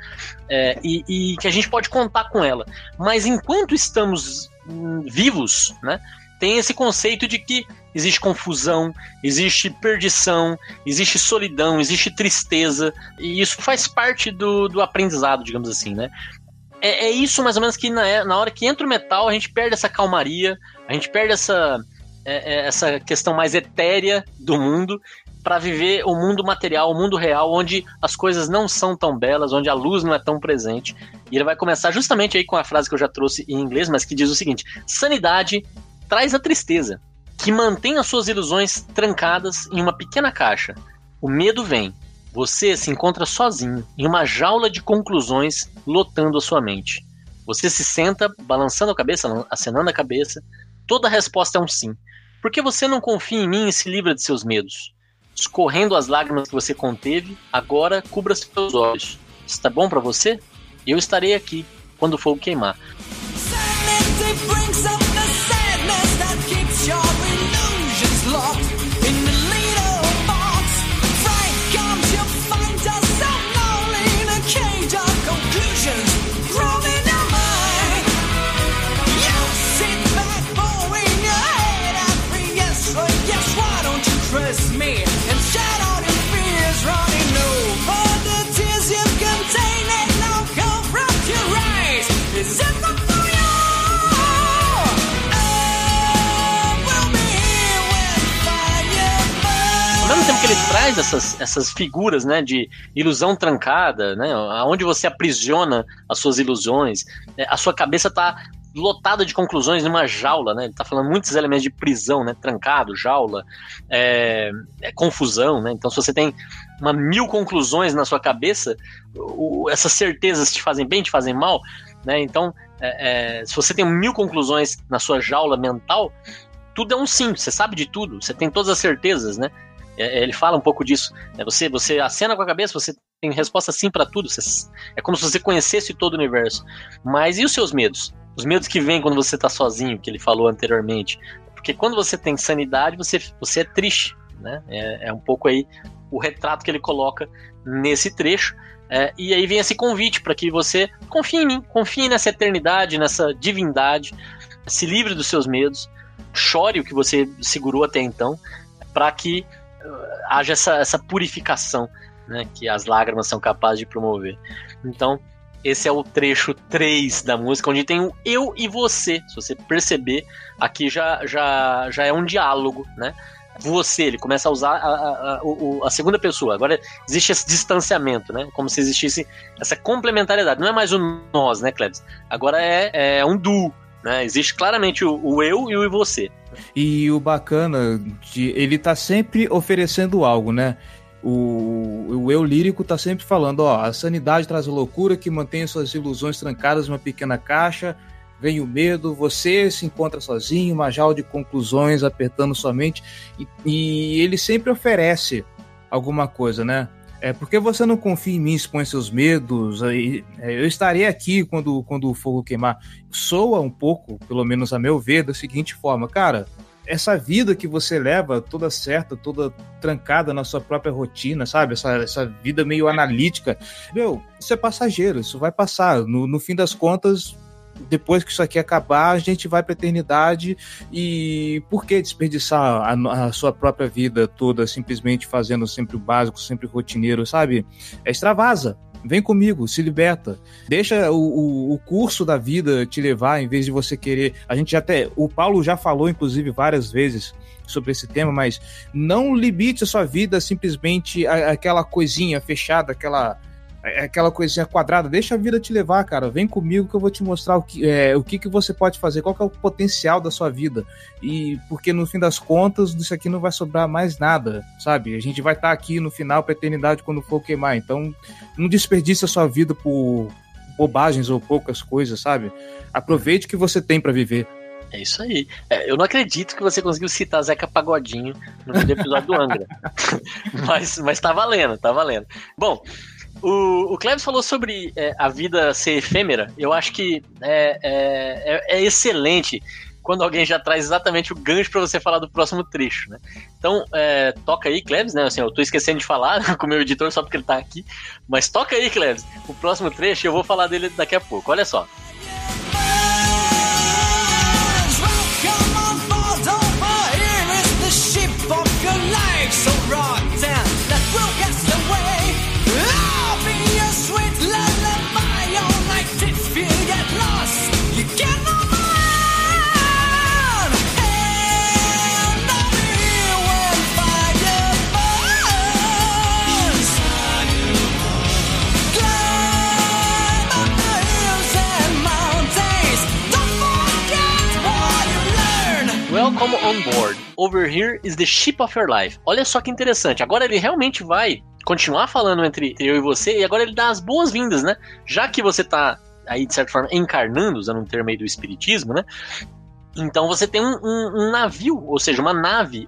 E que a gente pode contar com ela. Mas enquanto estamos vivos, né? Tem esse conceito de que existe confusão, existe perdição, existe solidão, existe tristeza, e isso faz parte do aprendizado, digamos assim, né? É isso mais ou menos que na hora que entra o metal, a gente perde essa calmaria, a gente perde essa questão mais etérea do mundo para viver o mundo material, o mundo real, onde as coisas não são tão belas, onde a luz não é tão presente. E ele vai começar justamente aí com a frase que eu já trouxe em inglês, mas que diz o seguinte: sanidade traz a tristeza, que mantém as suas ilusões trancadas em uma pequena caixa. O medo vem. Você se encontra sozinho, em uma jaula de conclusões lotando a sua mente. Você se senta, balançando a cabeça, acenando a cabeça. Toda a resposta é um sim. Por que você não confia em mim e se livra de seus medos? Escorrendo as lágrimas que você conteve, agora cubra seus olhos. Está bom para você? Eu estarei aqui quando o fogo queimar. Your illusions locked in the little box. Fright comes, you find yourself lonely in a cage of conclusions, growing your mind. You sit back, bowing your head after yes, or yes, why don't you trust me? And shout out your fears, running over the tears you've contained and now come from your eyes. Is it the Ao mesmo tempo que ele traz essas figuras, né, de ilusão trancada, né, onde você aprisiona as suas ilusões, a sua cabeça está lotada de conclusões numa jaula, né, ele está falando muitos elementos de prisão, né, trancado, jaula, confusão, né, então se você tem 1000 conclusões na sua cabeça, essas certezas te fazem bem, te fazem mal, né, então se você tem 1000 conclusões na sua jaula mental, tudo é um sim, você sabe de tudo, você tem todas as certezas, né. Ele fala um pouco disso, né? Você acena com a cabeça, você tem resposta sim para tudo, é como se você conhecesse todo o universo. Mas e os seus medos? Os medos que vêm quando você está sozinho, que ele falou anteriormente. Porque quando você tem sanidade, você é triste, né? É um pouco aí o retrato que ele coloca nesse trecho. E aí vem esse convite para que você confie em mim, confie nessa eternidade, nessa divindade, se livre dos seus medos, chore o que você segurou até então, para que haja essa purificação, né, que as lágrimas são capazes de promover. Então, esse é o trecho 3 da música, onde tem o eu e você. Se você perceber, aqui já é um diálogo, né? você, ele começa a usar a segunda pessoa. Agora existe esse distanciamento, né? Como se existisse essa complementariedade. Não é mais o nós, né, Cleves? Agora é um duo, né? Existe claramente o eu e o você. E o bacana, ele tá sempre oferecendo algo, né? O eu lírico tá sempre falando, ó, a sanidade traz a loucura que mantém suas ilusões trancadas numa pequena caixa, vem o medo, você se encontra sozinho, uma jaula de conclusões apertando sua mente, e ele sempre oferece alguma coisa, né? Porque você não confia em mim, expõe seus medos, eu estarei aqui quando o fogo queimar. Soa um pouco, pelo menos a meu ver, da seguinte forma, cara, essa vida que você leva toda certa, toda trancada na sua própria rotina, sabe? Essa vida meio analítica, isso é passageiro, isso vai passar. No fim das contas, depois que isso aqui acabar, a gente vai pra eternidade, e por que desperdiçar a sua própria vida toda simplesmente fazendo sempre o básico, sempre rotineiro, sabe? Extravasa. Vem comigo, se liberta. Deixa o curso da vida te levar, em vez de você querer... O Paulo já falou, inclusive, várias vezes sobre esse tema, mas não limite a sua vida simplesmente aquela coisinha fechada, aquela coisinha quadrada. Deixa a vida te levar, cara. Vem comigo que eu vou te mostrar o que você pode fazer, qual que é o potencial da sua vida. E porque no fim das contas, disso aqui não vai sobrar mais nada, sabe? A gente vai estar aqui no final pra eternidade quando for queimar. Então, não desperdice a sua vida por bobagens ou poucas coisas, sabe? Aproveite o que você tem pra viver. É isso aí. Eu não acredito que você conseguiu citar Zeca Pagodinho no primeiro episódio do Angra. mas tá valendo, tá valendo. Bom, o Cleves falou sobre a vida ser efêmera. Eu acho que é excelente quando alguém já traz exatamente o gancho para você falar do próximo trecho, né? Então, toca aí, Cleves, né? Assim, eu tô esquecendo de falar com o meu editor só porque ele tá aqui, mas toca aí, Cleves, o próximo trecho, eu vou falar dele daqui a pouco. Olha só. Welcome on board. Over here is the ship of your life. Olha só que interessante. Agora ele realmente vai continuar falando entre eu e você, e agora ele dá as boas-vindas, né? Já que você tá aí, de certa forma, encarnando, usando um termo aí do espiritismo, né? Então você tem um navio, ou seja, uma nave,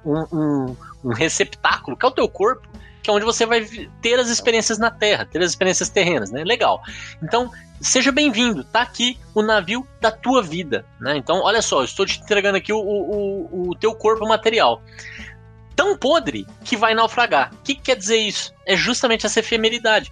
um receptáculo, que é o teu corpo, que é onde você vai ter as experiências na Terra, ter as experiências terrenas, né? Legal. Então, seja bem-vindo, tá aqui o navio da tua vida, né? Então, olha só, eu estou te entregando aqui o teu corpo material. Tão podre que vai naufragar. O que quer dizer isso? É justamente essa efemeridade,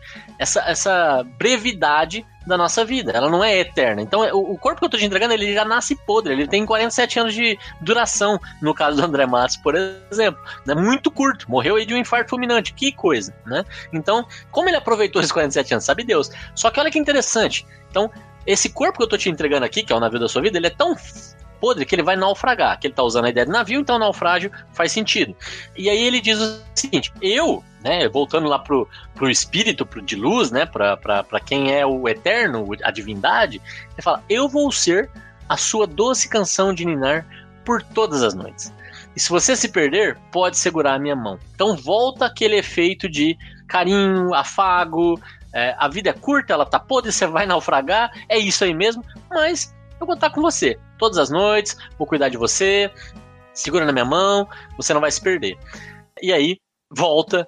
essa brevidade da nossa vida. Ela não é eterna. Então, o corpo que eu estou te entregando, ele já nasce podre. Ele tem 47 anos de duração, no caso do André Matos, por exemplo. É muito curto. Morreu aí de um infarto fulminante. Que coisa, né? Então, como ele aproveitou esses 47 anos? Sabe Deus. Só que olha que interessante. Então, esse corpo que eu estou te entregando aqui, que é o navio da sua vida, ele é tão podre que ele vai naufragar, que ele tá usando a ideia de navio, então naufrágio faz sentido. E aí ele diz o seguinte, né, voltando lá pro espírito, de luz, né, pra quem é o eterno, a divindade, ele fala, eu vou ser a sua doce canção de ninar por todas as noites. E se você se perder, pode segurar a minha mão. Então volta aquele efeito de carinho, afago, a vida é curta, ela tá podre, você vai naufragar, é isso aí mesmo, mas eu vou estar com você todas as noites, vou cuidar de você, segura na minha mão, você não vai se perder. E aí, volta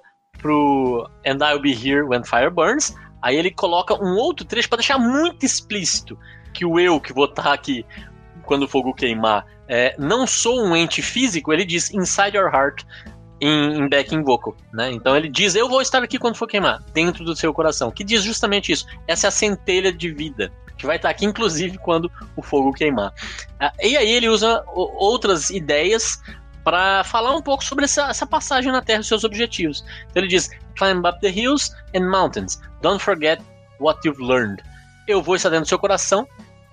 pro And I'll Be Here When Fire Burns, aí ele coloca um outro trecho para deixar muito explícito que o eu que vou estar aqui quando o fogo queimar, não sou um ente físico, ele diz Inside Your Heart, em backing vocal, né? Então ele diz, eu vou estar aqui quando for queimar, dentro do seu coração, que diz justamente isso, essa é a centelha de vida, que vai estar aqui, inclusive, quando o fogo queimar. E aí ele usa outras ideias para falar um pouco sobre essa passagem na Terra e seus objetivos. Então ele diz, climb up the hills and mountains, don't forget what you've learned. Eu vou estar dentro do seu coração,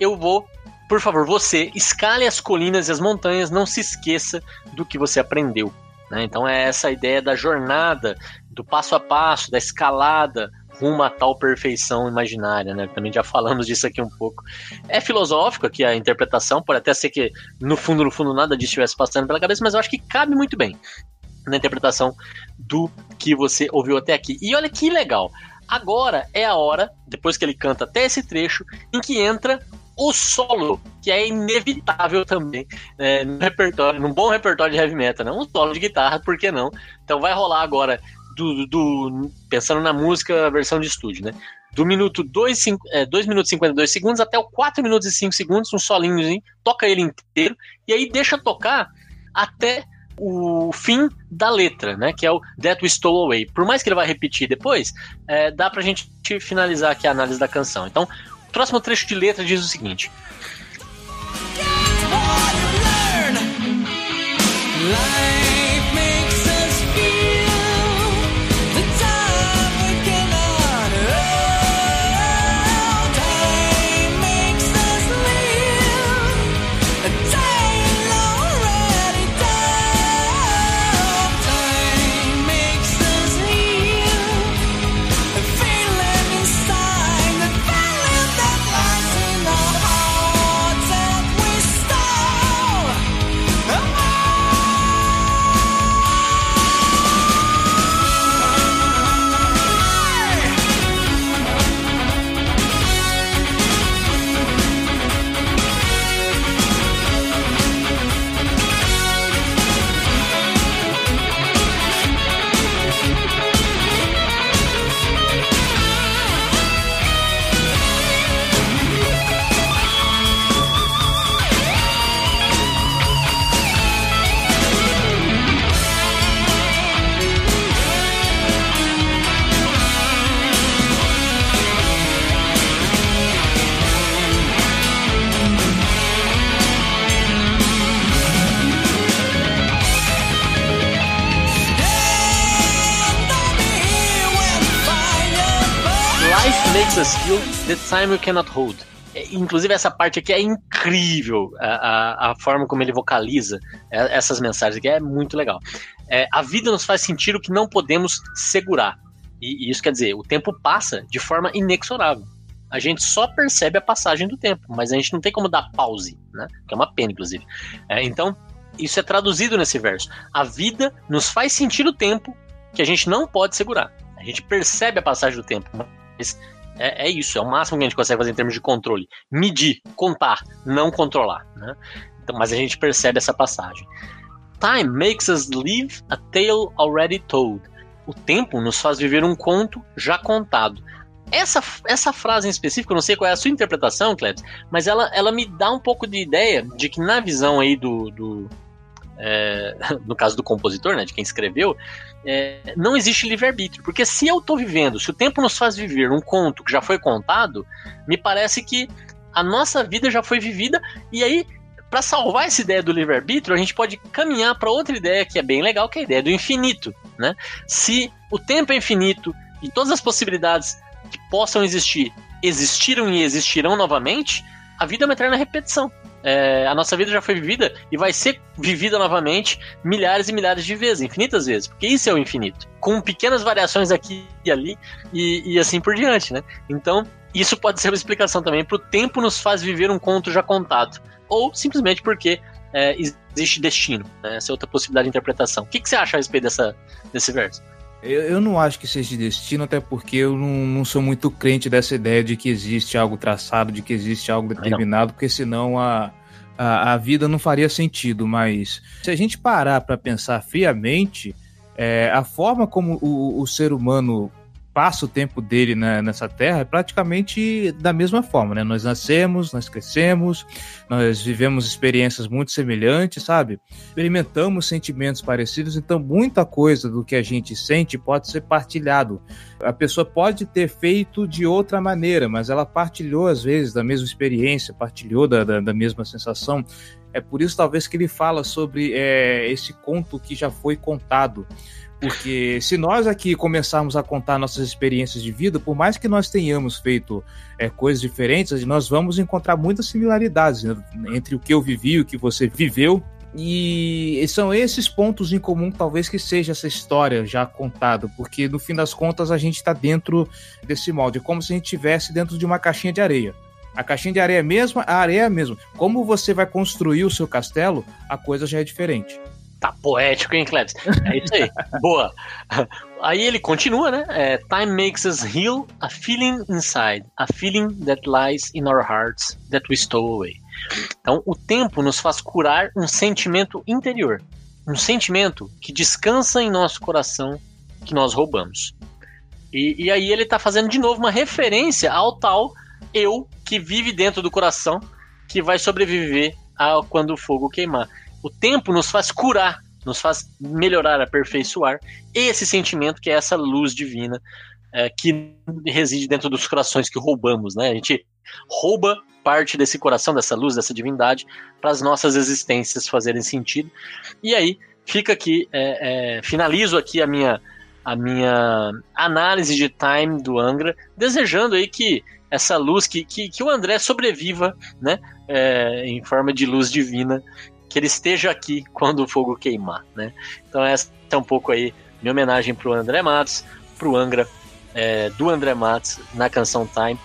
por favor, você escale as colinas e as montanhas, não se esqueça do que você aprendeu. né? Então é essa ideia da jornada, do passo a passo, da escalada rumo a tal perfeição imaginária, né? Também já falamos disso aqui um pouco. É filosófico aqui a interpretação, pode até ser que no fundo nada disso estivesse passando pela cabeça, mas eu acho que cabe muito bem na interpretação do que você ouviu até aqui. E olha que legal, agora é a hora, depois que ele canta até esse trecho, em que entra o solo, que é inevitável também no repertório, num bom repertório de heavy metal, né? Um solo de guitarra, por que não? Então vai rolar agora, pensando na música, a versão de estúdio, né? Do minuto 2 minutos e 52 segundos até o 4 minutos e 5 segundos, um solinhozinho, toca ele inteiro, e aí deixa tocar até o fim da letra, né? Que é o That We Stole Away. Por mais que ele vai repetir depois, dá pra gente finalizar aqui a análise da canção. Então, o próximo trecho de letra diz o seguinte: Makes us feel the time we cannot hold. Inclusive essa parte aqui é incrível, a forma como ele vocaliza essas mensagens aqui é muito legal. A vida nos faz sentir o que não podemos segurar, e isso quer dizer, o tempo passa de forma inexorável. A gente só percebe a passagem do tempo, mas a gente não tem como dar pause, né? Que é uma pena, inclusive. Então, isso é traduzido nesse verso. A vida nos faz sentir o tempo que a gente não pode segurar. A gente percebe a passagem do tempo, mas é isso, é o máximo que a gente consegue fazer em termos de controle. Medir, contar, não controlar, né? Então, mas a gente percebe essa passagem. Time makes us live a tale already told. O tempo nos faz viver um conto já contado. Essa frase em específico, eu não sei qual é a sua interpretação, Cleves, mas ela me dá um pouco de ideia de que na visão aí no caso do compositor, né, de quem escreveu, não existe livre-arbítrio, porque se eu estou vivendo, se o tempo nos faz viver um conto que já foi contado, me parece que a nossa vida já foi vivida, e aí, para salvar essa ideia do livre-arbítrio, a gente pode caminhar para outra ideia que é bem legal, que é a ideia do infinito, né? Se o tempo é infinito e todas as possibilidades que possam existir existiram e existirão novamente, a vida é uma eterna repetição. A nossa vida já foi vivida e vai ser vivida novamente milhares e milhares de vezes, infinitas vezes, porque isso é o infinito, com pequenas variações aqui e ali e assim por diante, né? Então, isso pode ser uma explicação também para o tempo nos faz viver um conto já contado, ou simplesmente porque existe destino, né? Essa é outra possibilidade de interpretação. O que você acha a respeito desse verso? Eu não acho que seja destino, até porque eu não sou muito crente dessa ideia de que existe algo traçado, de que existe algo determinado, porque senão a vida não faria sentido. Mas se a gente parar para pensar friamente, a forma como o ser humano passa o tempo dele nessa terra é praticamente da mesma forma, né? Nós nascemos, nós crescemos, nós vivemos experiências muito semelhantes, sabe? Experimentamos sentimentos parecidos, então muita coisa do que a gente sente pode ser partilhado. A pessoa pode ter feito de outra maneira, mas ela partilhou às vezes da mesma experiência, partilhou da mesma sensação. É por isso talvez que ele fala sobre esse conto que já foi contado. Porque se nós aqui começarmos a contar nossas experiências de vida, por mais que nós tenhamos feito coisas diferentes, nós vamos encontrar muitas similaridades, né, entre o que eu vivi e o que você viveu. E são esses pontos em comum, talvez, que seja essa história já contada, porque no fim das contas a gente está dentro desse molde, é como se a gente estivesse dentro de uma caixinha de areia. A caixinha de areia é a mesma, a areia é a mesma. Como você vai construir o seu castelo, a coisa já é diferente. Tá poético, hein, Klebs? É isso aí. Boa. Aí ele continua, né? Time makes us heal a feeling inside, a feeling that lies in our hearts that we stole away. Então, o tempo nos faz curar um sentimento interior. Um sentimento que descansa em nosso coração que nós roubamos. E aí ele tá fazendo de novo uma referência ao tal eu que vive dentro do coração, que vai sobreviver quando o fogo queimar. O tempo nos faz curar, nos faz melhorar, aperfeiçoar esse sentimento que é essa luz divina que reside dentro dos corações que roubamos, né? A gente rouba parte desse coração, dessa luz, dessa divindade, para as nossas existências fazerem sentido. E aí, fica aqui, finalizo aqui a minha análise de Time do Angra, desejando aí que essa luz, que o André sobreviva, né? Em forma de luz divina, que ele esteja aqui quando o fogo queimar, né? Então essa é um pouco aí minha homenagem pro André Matos, pro Angra, do André Matos, na canção Time.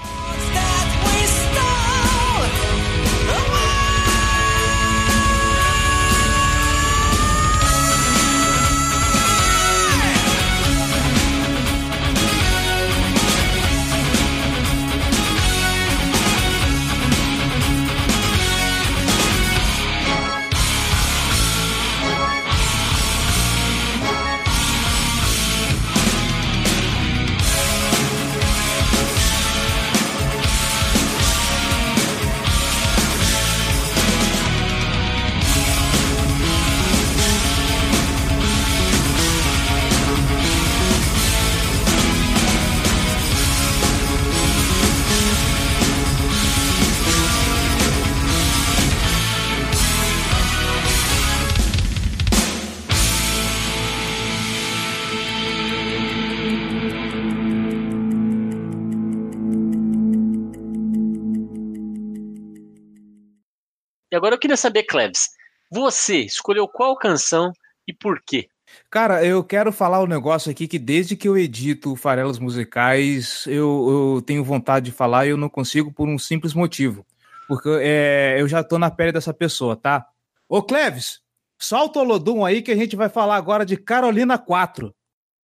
E agora eu queria saber, Klebs, você escolheu qual canção e por quê? Cara, eu quero falar um negócio aqui que desde que eu edito Farelos Musicais, eu tenho vontade de falar e eu não consigo por um simples motivo. Porque eu já tô na pele dessa pessoa, tá? Ô, Klebs, solta o Olodum aí que a gente vai falar agora de Carolina 4.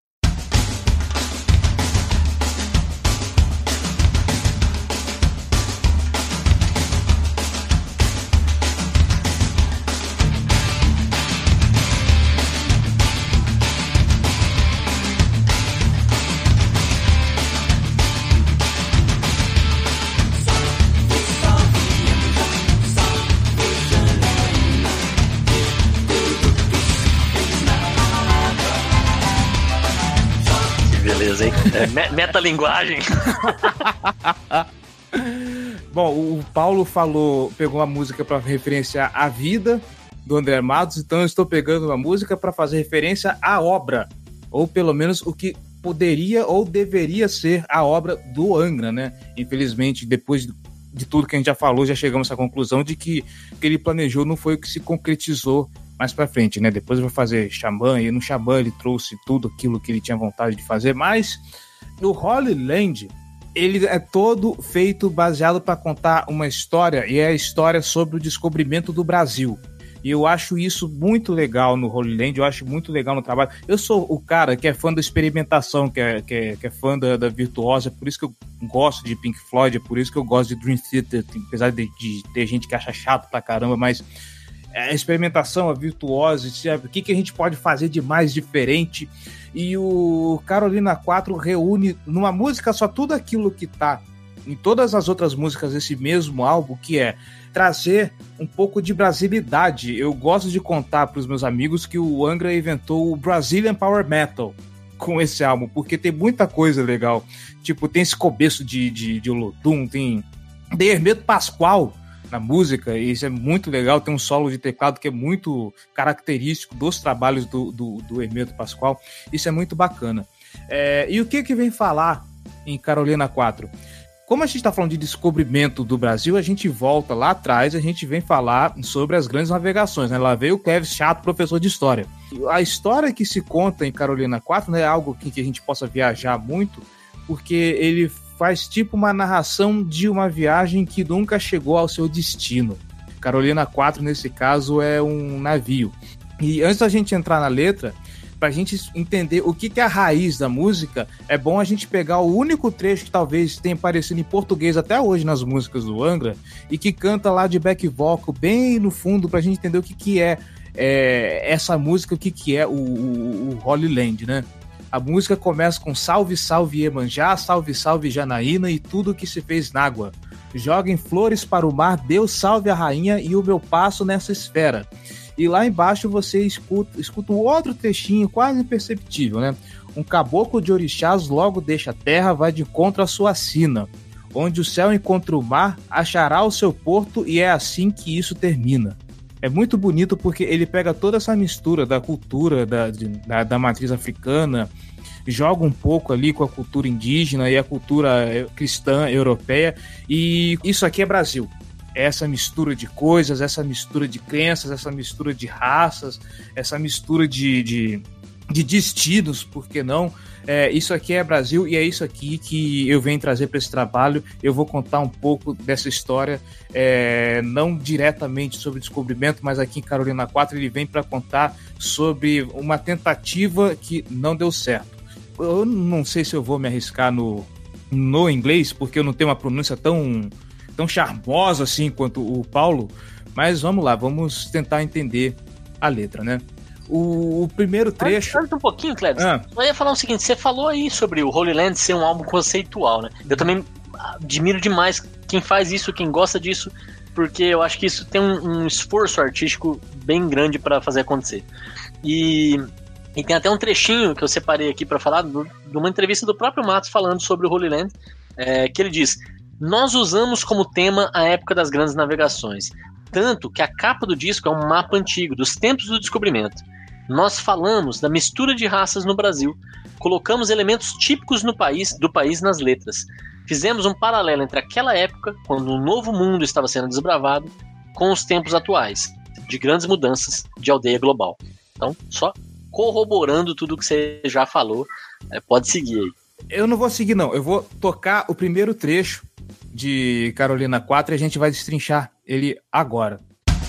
Metalinguagem. Bom, o Paulo pegou uma música para referenciar a vida do André Matos, então eu estou pegando uma música para fazer referência à obra, ou pelo menos o que poderia ou deveria ser a obra do Angra, né? Infelizmente, depois de tudo que a gente já falou, já chegamos à conclusão de que o que ele planejou não foi o que se concretizou mais pra frente, né? Depois vai fazer Xamã, e no Xamã ele trouxe tudo aquilo que ele tinha vontade de fazer, mas o Holy Land, ele é todo feito baseado para contar uma história, e é a história sobre o descobrimento do Brasil. E eu acho isso muito legal no Holy Land, eu acho muito legal no trabalho. Eu sou o cara que é fã da experimentação, que é fã da virtuosa, é por isso que eu gosto de Pink Floyd, é por isso que eu gosto de Dream Theater, apesar de ter gente que acha chato pra caramba, mas a experimentação, a virtuose, o que a gente pode fazer de mais diferente. E o Carolina 4 reúne numa música só tudo aquilo que tá em todas as outras músicas desse mesmo álbum, que é trazer um pouco de brasilidade. Eu gosto de contar para os meus amigos que o Angra inventou o Brazilian Power Metal com esse álbum, porque tem muita coisa legal. Tipo, tem esse começo de Olodum, tem Hermeto Pascoal na música, e isso é muito legal. Tem um solo de teclado que é muito característico dos trabalhos do Hermeto Pascoal. Isso é muito bacana. E o que vem falar em Carolina 4? Como a gente está falando de descobrimento do Brasil, a gente volta lá atrás, a gente vem falar sobre as grandes navegações, né? Lá veio o Cleves Chato, professor de história. A história que se conta em Carolina 4 não é algo que a gente possa viajar muito, porque ele faz tipo uma narração de uma viagem que nunca chegou ao seu destino. Carolina 4, nesse caso, é um navio. E antes da gente entrar na letra, pra gente entender o que é a raiz da música, é bom a gente pegar o único trecho que talvez tenha aparecido em português até hoje nas músicas do Angra, e que canta lá de back vocal bem no fundo, pra gente entender o que é essa música, o que é o Holy Land, né? A música começa com salve, salve Iemanjá, salve, salve Janaína e tudo que se fez nágua. Joguem flores para o mar, Deus salve a rainha e o meu passo nessa esfera. E lá embaixo você escuta um outro trechinho quase imperceptível, né? Um caboclo de orixás logo deixa a terra, vai de encontro à sua sina. Onde o céu encontra o mar, achará o seu porto e é assim que isso termina. É muito bonito porque ele pega toda essa mistura da cultura da matriz africana, joga um pouco ali com a cultura indígena e a cultura cristã europeia, e isso aqui é Brasil. Essa mistura de coisas, essa mistura de crenças, essa mistura de raças, essa mistura de destinos, por que não? Isso aqui é Brasil e é isso aqui que eu venho trazer para esse trabalho. Eu vou contar um pouco dessa história, não diretamente sobre descobrimento, mas aqui em Carolina 4 ele vem para contar sobre uma tentativa que não deu certo. Eu não sei se eu vou me arriscar no inglês, porque eu não tenho uma pronúncia tão charmosa assim quanto o Paulo, mas vamos lá, vamos tentar entender a letra, né? O primeiro trecho... Um pouquinho, Cleves. Eu ia falar o seguinte, você falou aí sobre o Holy Land ser um álbum conceitual, né? Eu também admiro demais quem faz isso, quem gosta disso, porque eu acho que isso tem um esforço artístico bem grande para fazer acontecer. E tem até um trechinho que eu separei aqui para falar de uma entrevista do próprio Matos falando sobre o Holy Land, que ele diz: nós usamos como tema a época das grandes navegações, tanto que a capa do disco é um mapa antigo, dos tempos do descobrimento. Nós falamos da mistura de raças no Brasil, colocamos elementos típicos do país nas letras. Fizemos um paralelo entre aquela época, quando um novo mundo estava sendo desbravado, com os tempos atuais, de grandes mudanças de aldeia global. Então, só corroborando tudo que você já falou, pode seguir aí. Eu não vou seguir não, eu vou tocar o primeiro trecho de Carolina 4 e a gente vai destrinchar ele agora.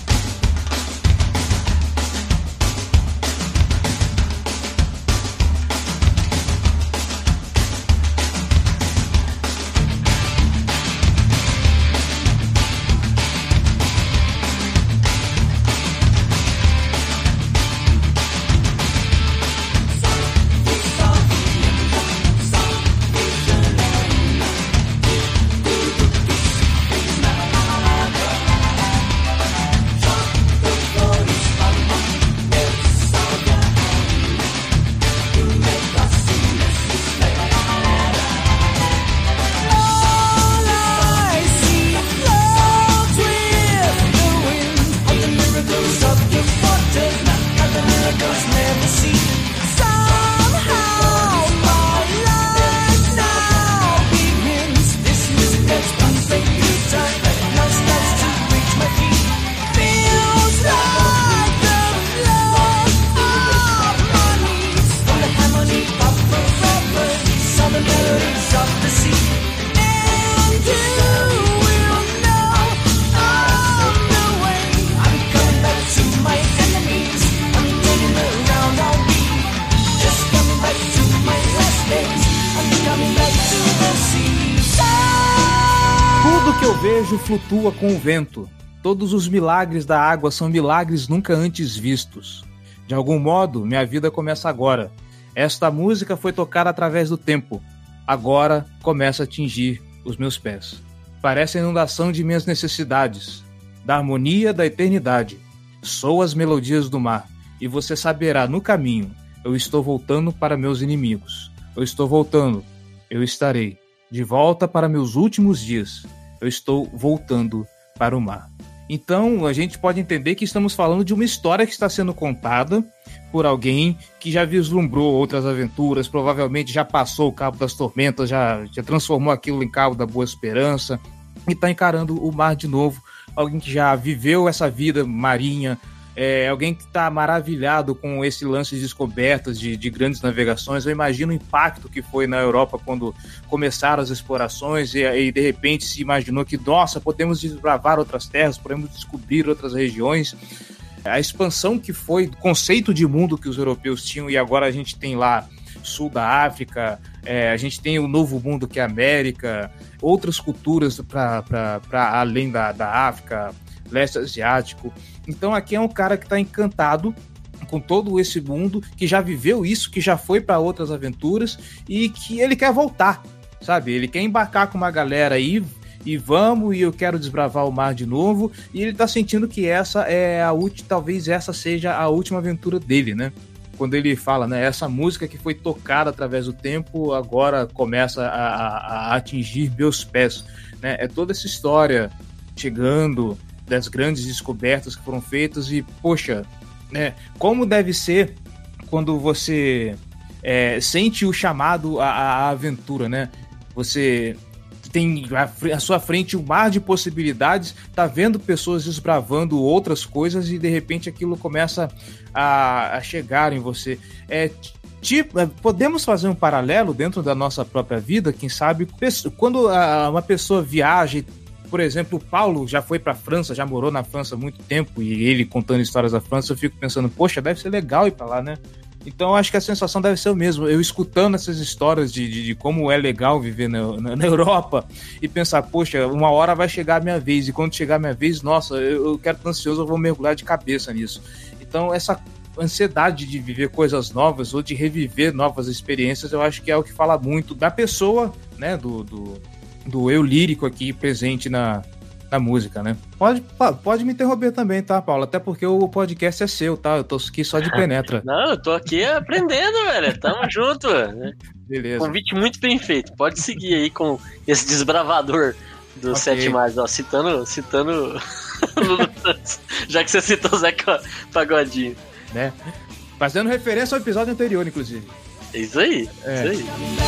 Flutua com o vento. Todos os milagres da água são milagres nunca antes vistos. De algum modo, minha vida começa agora. Esta música foi tocada através do tempo. Agora começa a atingir os meus pés. Parece a inundação de minhas necessidades, da harmonia da eternidade. Sou as melodias do mar, e você saberá no caminho. Eu estou voltando para meus inimigos. Eu estou voltando. Eu estarei de volta para meus últimos dias. Eu estou voltando para o mar. Então, a gente pode entender que estamos falando de uma história que está sendo contada por alguém que já vislumbrou outras aventuras, provavelmente já passou o Cabo das Tormentas, já transformou aquilo em Cabo da Boa Esperança e está encarando o mar de novo. Alguém que já viveu essa vida marinha, alguém que está maravilhado com esse lance de descobertas de grandes navegações. Eu imagino o impacto que foi na Europa quando começaram as explorações e de repente se imaginou que, nossa, podemos desbravar outras terras, podemos descobrir outras regiões. A expansão que foi do conceito de mundo que os europeus tinham, e agora a gente tem lá sul da África, a gente tem o novo mundo que é a América, outras culturas para além da África, leste asiático. Então aqui é um cara que está encantado com todo esse mundo, que já viveu isso, que já foi para outras aventuras e que ele quer voltar, sabe? Ele quer embarcar com uma galera aí e eu quero desbravar o mar de novo, e ele tá sentindo que essa é talvez essa seja a última aventura dele, né? Quando ele fala, né, essa música que foi tocada através do tempo agora começa a atingir meus pés, né? É toda essa história chegando das grandes descobertas que foram feitas e, poxa, né, como deve ser quando você sente o chamado à aventura, né? Você tem à sua frente um mar de possibilidades, tá vendo pessoas desbravando outras coisas e de repente aquilo começa a chegar em você. Podemos fazer um paralelo dentro da nossa própria vida, quem sabe, quando uma pessoa viaja. Por exemplo, o Paulo já foi para a França, já morou na França há muito tempo, e ele contando histórias da França, eu fico pensando, poxa, deve ser legal ir para lá, né? Então, acho que a sensação deve ser o mesmo. Eu escutando essas histórias de como é legal viver na Europa e pensar, poxa, uma hora vai chegar a minha vez, e quando chegar a minha vez, nossa, eu quero estar ansioso, eu vou mergulhar de cabeça nisso. Então, essa ansiedade de viver coisas novas ou de reviver novas experiências, eu acho que é o que fala muito da pessoa, né, do eu lírico aqui presente na música, né? Pode me interromper também, tá, Paulo? Até porque o podcast é seu, tá? Eu tô aqui só de penetra. Não, eu tô aqui aprendendo, velho. Tamo junto. Beleza. Convite muito bem feito. Pode seguir aí com esse desbravador do Sete Mais, ó, citando já que você citou o Zeca Pagodinho. Né? Fazendo referência ao episódio anterior, inclusive. É isso aí. É isso aí.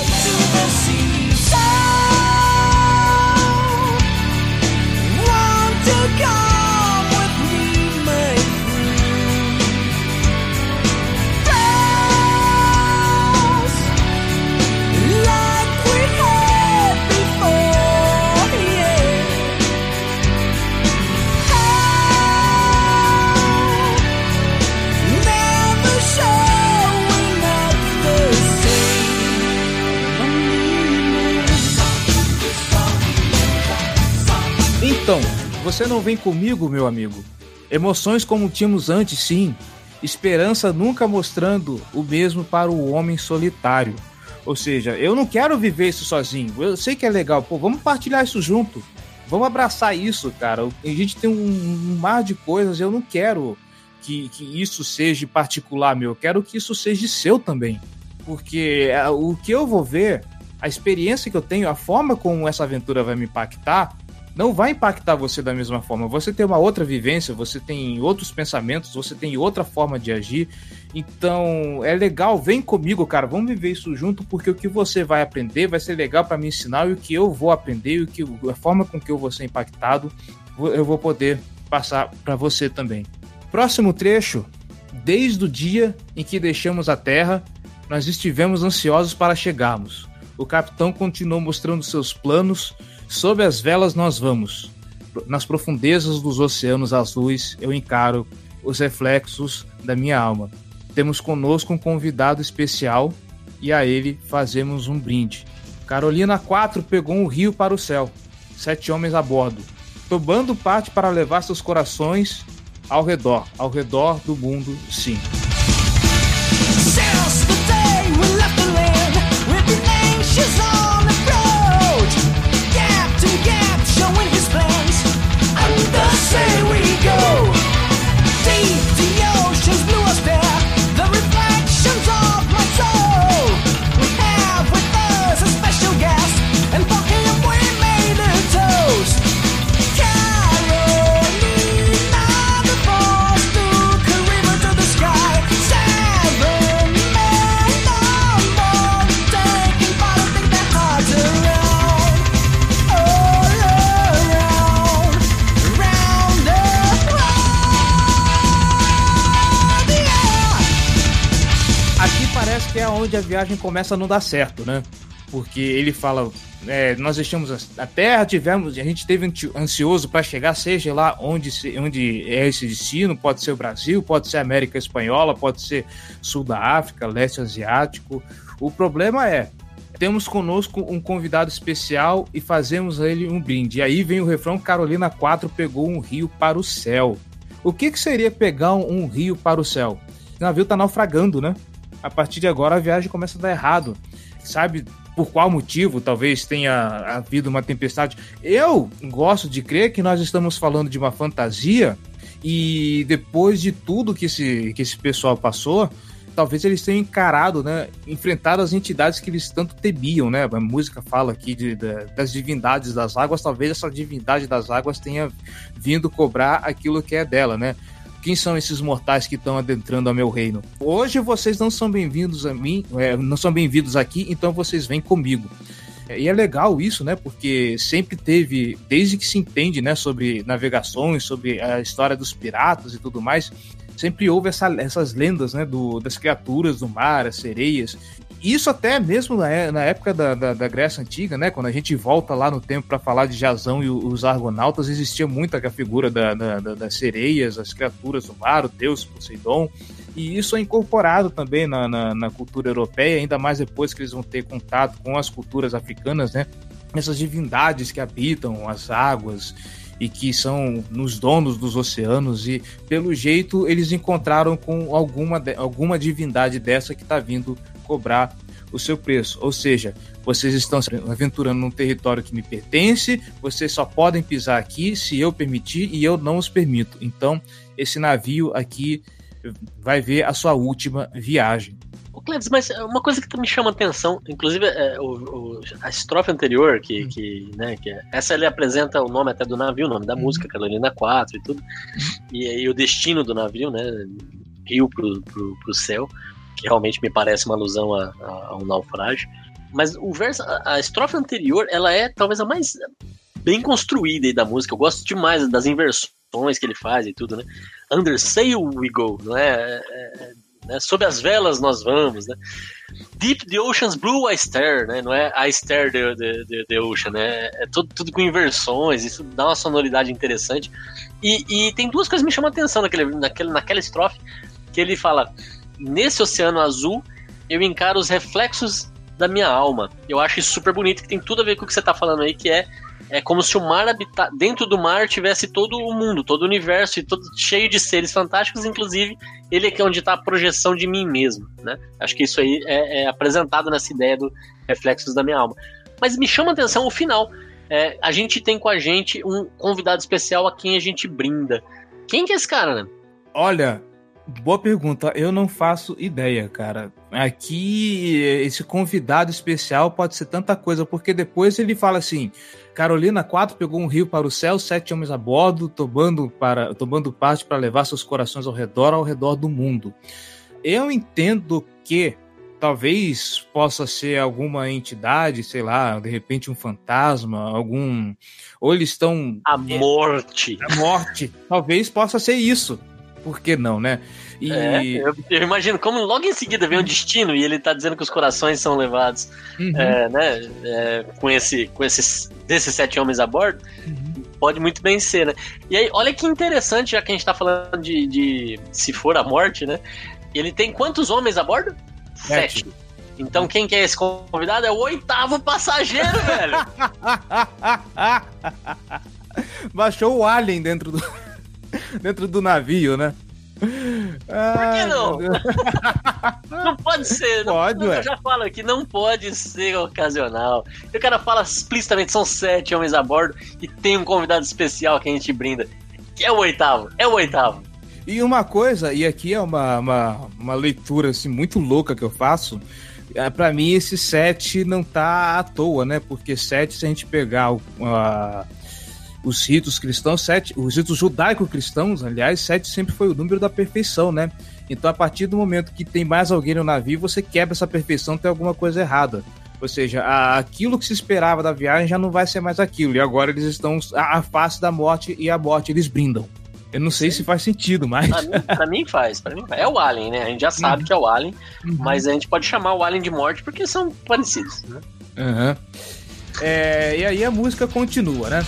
Então, você não vem comigo, meu amigo? Emoções como tínhamos antes, sim. Esperança nunca mostrando o mesmo para o homem solitário. Ou seja, eu não quero viver isso sozinho. Eu sei que é legal, pô, vamos partilhar isso junto. Vamos abraçar isso, cara. A gente tem um mar de coisas, eu não quero que isso seja particular meu. Eu quero que isso seja seu também. Porque o que eu vou ver, a experiência que eu tenho, a forma como essa aventura vai me impactar, não vai impactar você da mesma forma. Você tem uma outra vivência, você tem outros pensamentos, você tem outra forma de agir. Então, é legal, vem comigo, cara, vamos viver isso junto, porque o que você vai aprender vai ser legal para me ensinar, e o que eu vou aprender, a forma com que eu vou ser impactado, eu vou poder passar para você também. Próximo trecho. Desde o dia em que deixamos a Terra, nós estivemos ansiosos para chegarmos. O capitão continuou mostrando seus planos. Sob as velas nós vamos. Nas profundezas dos oceanos azuis, eu encaro os reflexos da minha alma. Temos conosco um convidado especial e a ele fazemos um brinde. Carolina 4 pegou um rio para o céu. 7 homens a bordo. Tobando parte para levar seus corações ao redor do mundo, sim. Since the day we left the land, we've been anxious on the road. Showing his plans, and the say we go. Deep the oceans blew us bare, the reflections of my soul. We have with us a special guest, and for him we made a toast. Carolina, the force took a river to the sky. que é onde a viagem começa a não dar certo, né? Porque ele fala, nós deixamos a Terra, a gente teve ansioso para chegar, seja lá onde é esse destino, pode ser o Brasil, pode ser a América Espanhola, pode ser Sul da África, Leste Asiático. O problema temos conosco um convidado especial e fazemos a ele um brinde. E aí vem o refrão, Carolina 4 pegou um rio para o céu. O que seria pegar um rio para o céu? O navio está naufragando, né? A partir de agora a viagem começa a dar errado. Sabe por qual motivo talvez tenha havido uma tempestade? Eu gosto de crer que nós estamos falando de uma fantasia e depois de tudo que esse pessoal passou, talvez eles tenham encarado, né, enfrentado as entidades que eles tanto temiam, né? A música fala aqui das divindades das águas, talvez essa divindade das águas tenha vindo cobrar aquilo que é dela, né? Quem são esses mortais que estão adentrando ao meu reino? Hoje vocês não são bem-vindos a mim, não são bem-vindos aqui, então vocês vêm comigo. E é legal isso, né? Porque sempre teve, desde que se entende, né, sobre navegações, sobre a história dos piratas e tudo mais, sempre houve essas lendas, né, das criaturas do mar, as sereias. Isso até mesmo na época da Grécia Antiga, né, quando a gente volta lá no tempo para falar de Jasão e os argonautas, existia muito a figura das sereias, as criaturas do mar, o deus Poseidon, e isso é incorporado também na cultura europeia, ainda mais depois que eles vão ter contato com as culturas africanas, né, essas divindades que habitam as águas e que são nos donos dos oceanos, e pelo jeito eles encontraram com alguma divindade dessa que está vindo cobrar o seu preço. Ou seja, vocês estão se aventurando num território que me pertence, vocês só podem pisar aqui se eu permitir e eu não os permito. Então, esse navio aqui vai ver a sua última viagem. Ô Cleves, mas uma coisa que me chama a atenção, inclusive a estrofe anterior, essa ele apresenta o nome até do navio, o nome da música, Carolina 4 e tudo, e o destino do navio, né, rio pro céu, que realmente me parece uma alusão a um naufrágio. Mas a estrofe anterior, ela é talvez a mais bem construída aí da música. Eu gosto demais das inversões que ele faz e tudo, né? Under sail we go, não é? Sob as velas nós vamos, né? Deep the ocean's blue I stare, né? Não é I stare the ocean, né? É tudo com inversões, isso dá uma sonoridade interessante. E tem duas coisas que me chamam a atenção naquela estrofe, que ele fala: nesse oceano azul, eu encaro os reflexos da minha alma. Eu acho isso super bonito, que tem tudo a ver com o que você está falando aí, que é como se o mar dentro do mar tivesse todo o mundo, todo o universo, e todo cheio de seres fantásticos, inclusive ele é onde está a projeção de mim mesmo, né? Acho que isso aí é apresentado nessa ideia do reflexos da minha alma. Mas me chama a atenção o final. A gente tem com a gente um convidado especial a quem a gente brinda. Quem que é esse cara, né? Olha, boa pergunta. Eu não faço ideia, cara. Aqui, esse convidado especial pode ser tanta coisa, porque depois ele fala assim: Carolina 4 pegou um rio para o céu, 7 homens a bordo, tomando parte para levar seus corações ao redor do mundo. Eu entendo que talvez possa ser alguma entidade, sei lá, de repente um fantasma, ou eles estão... A morte. Talvez possa ser isso. Por que não, né? Eu imagino como logo em seguida vem o destino e ele tá dizendo que os corações são levados, com desses 7 homens a bordo. Pode muito bem ser, né? E aí, olha que interessante, já que a gente tá falando de se for a morte, né? Ele tem quantos homens a bordo? 7. Então quem que é esse convidado? É o 8º passageiro, velho! Baixou o alien dentro do navio, né? Por que não? Não pode ser. Eu já falo aqui, não pode ser ocasional. E o cara fala explicitamente, são 7 homens a bordo e tem um convidado especial que a gente brinda, que é o 8º. E uma coisa, e aqui é uma leitura assim, muito louca que eu faço, pra mim esse 7 não tá à toa, né? Porque 7, se a gente pegar os ritos cristãos, 7, os ritos judaico-cristãos, aliás, 7 sempre foi o número da perfeição, né? Então, a partir do momento que tem mais alguém no navio, você quebra essa perfeição, tem alguma coisa errada. Ou seja, aquilo que se esperava da viagem já não vai ser mais aquilo. E agora eles estão à face da morte, e a morte eles brindam. Eu não sei se faz sentido, mas... Pra mim faz. É o Alien, né? A gente já sabe que é o Alien, mas a gente pode chamar o Alien de morte porque são parecidos, né? E aí a música continua, né?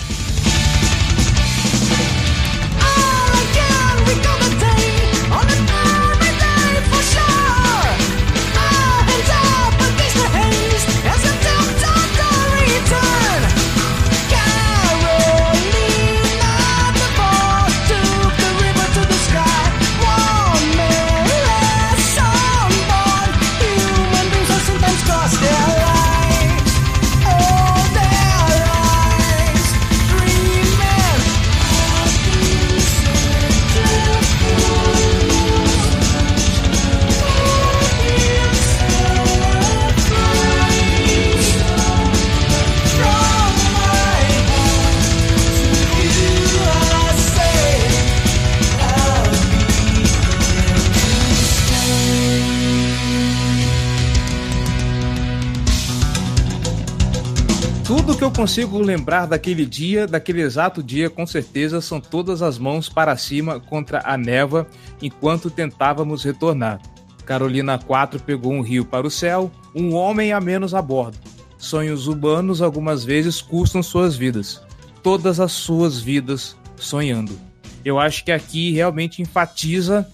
Tudo que eu consigo lembrar daquele dia, daquele exato dia, com certeza, são todas as mãos para cima contra a névoa enquanto tentávamos retornar. Carolina 4 pegou um rio para o céu, um homem a menos a bordo. Sonhos humanos algumas vezes custam suas vidas. Todas as suas vidas sonhando. Eu acho que aqui realmente enfatiza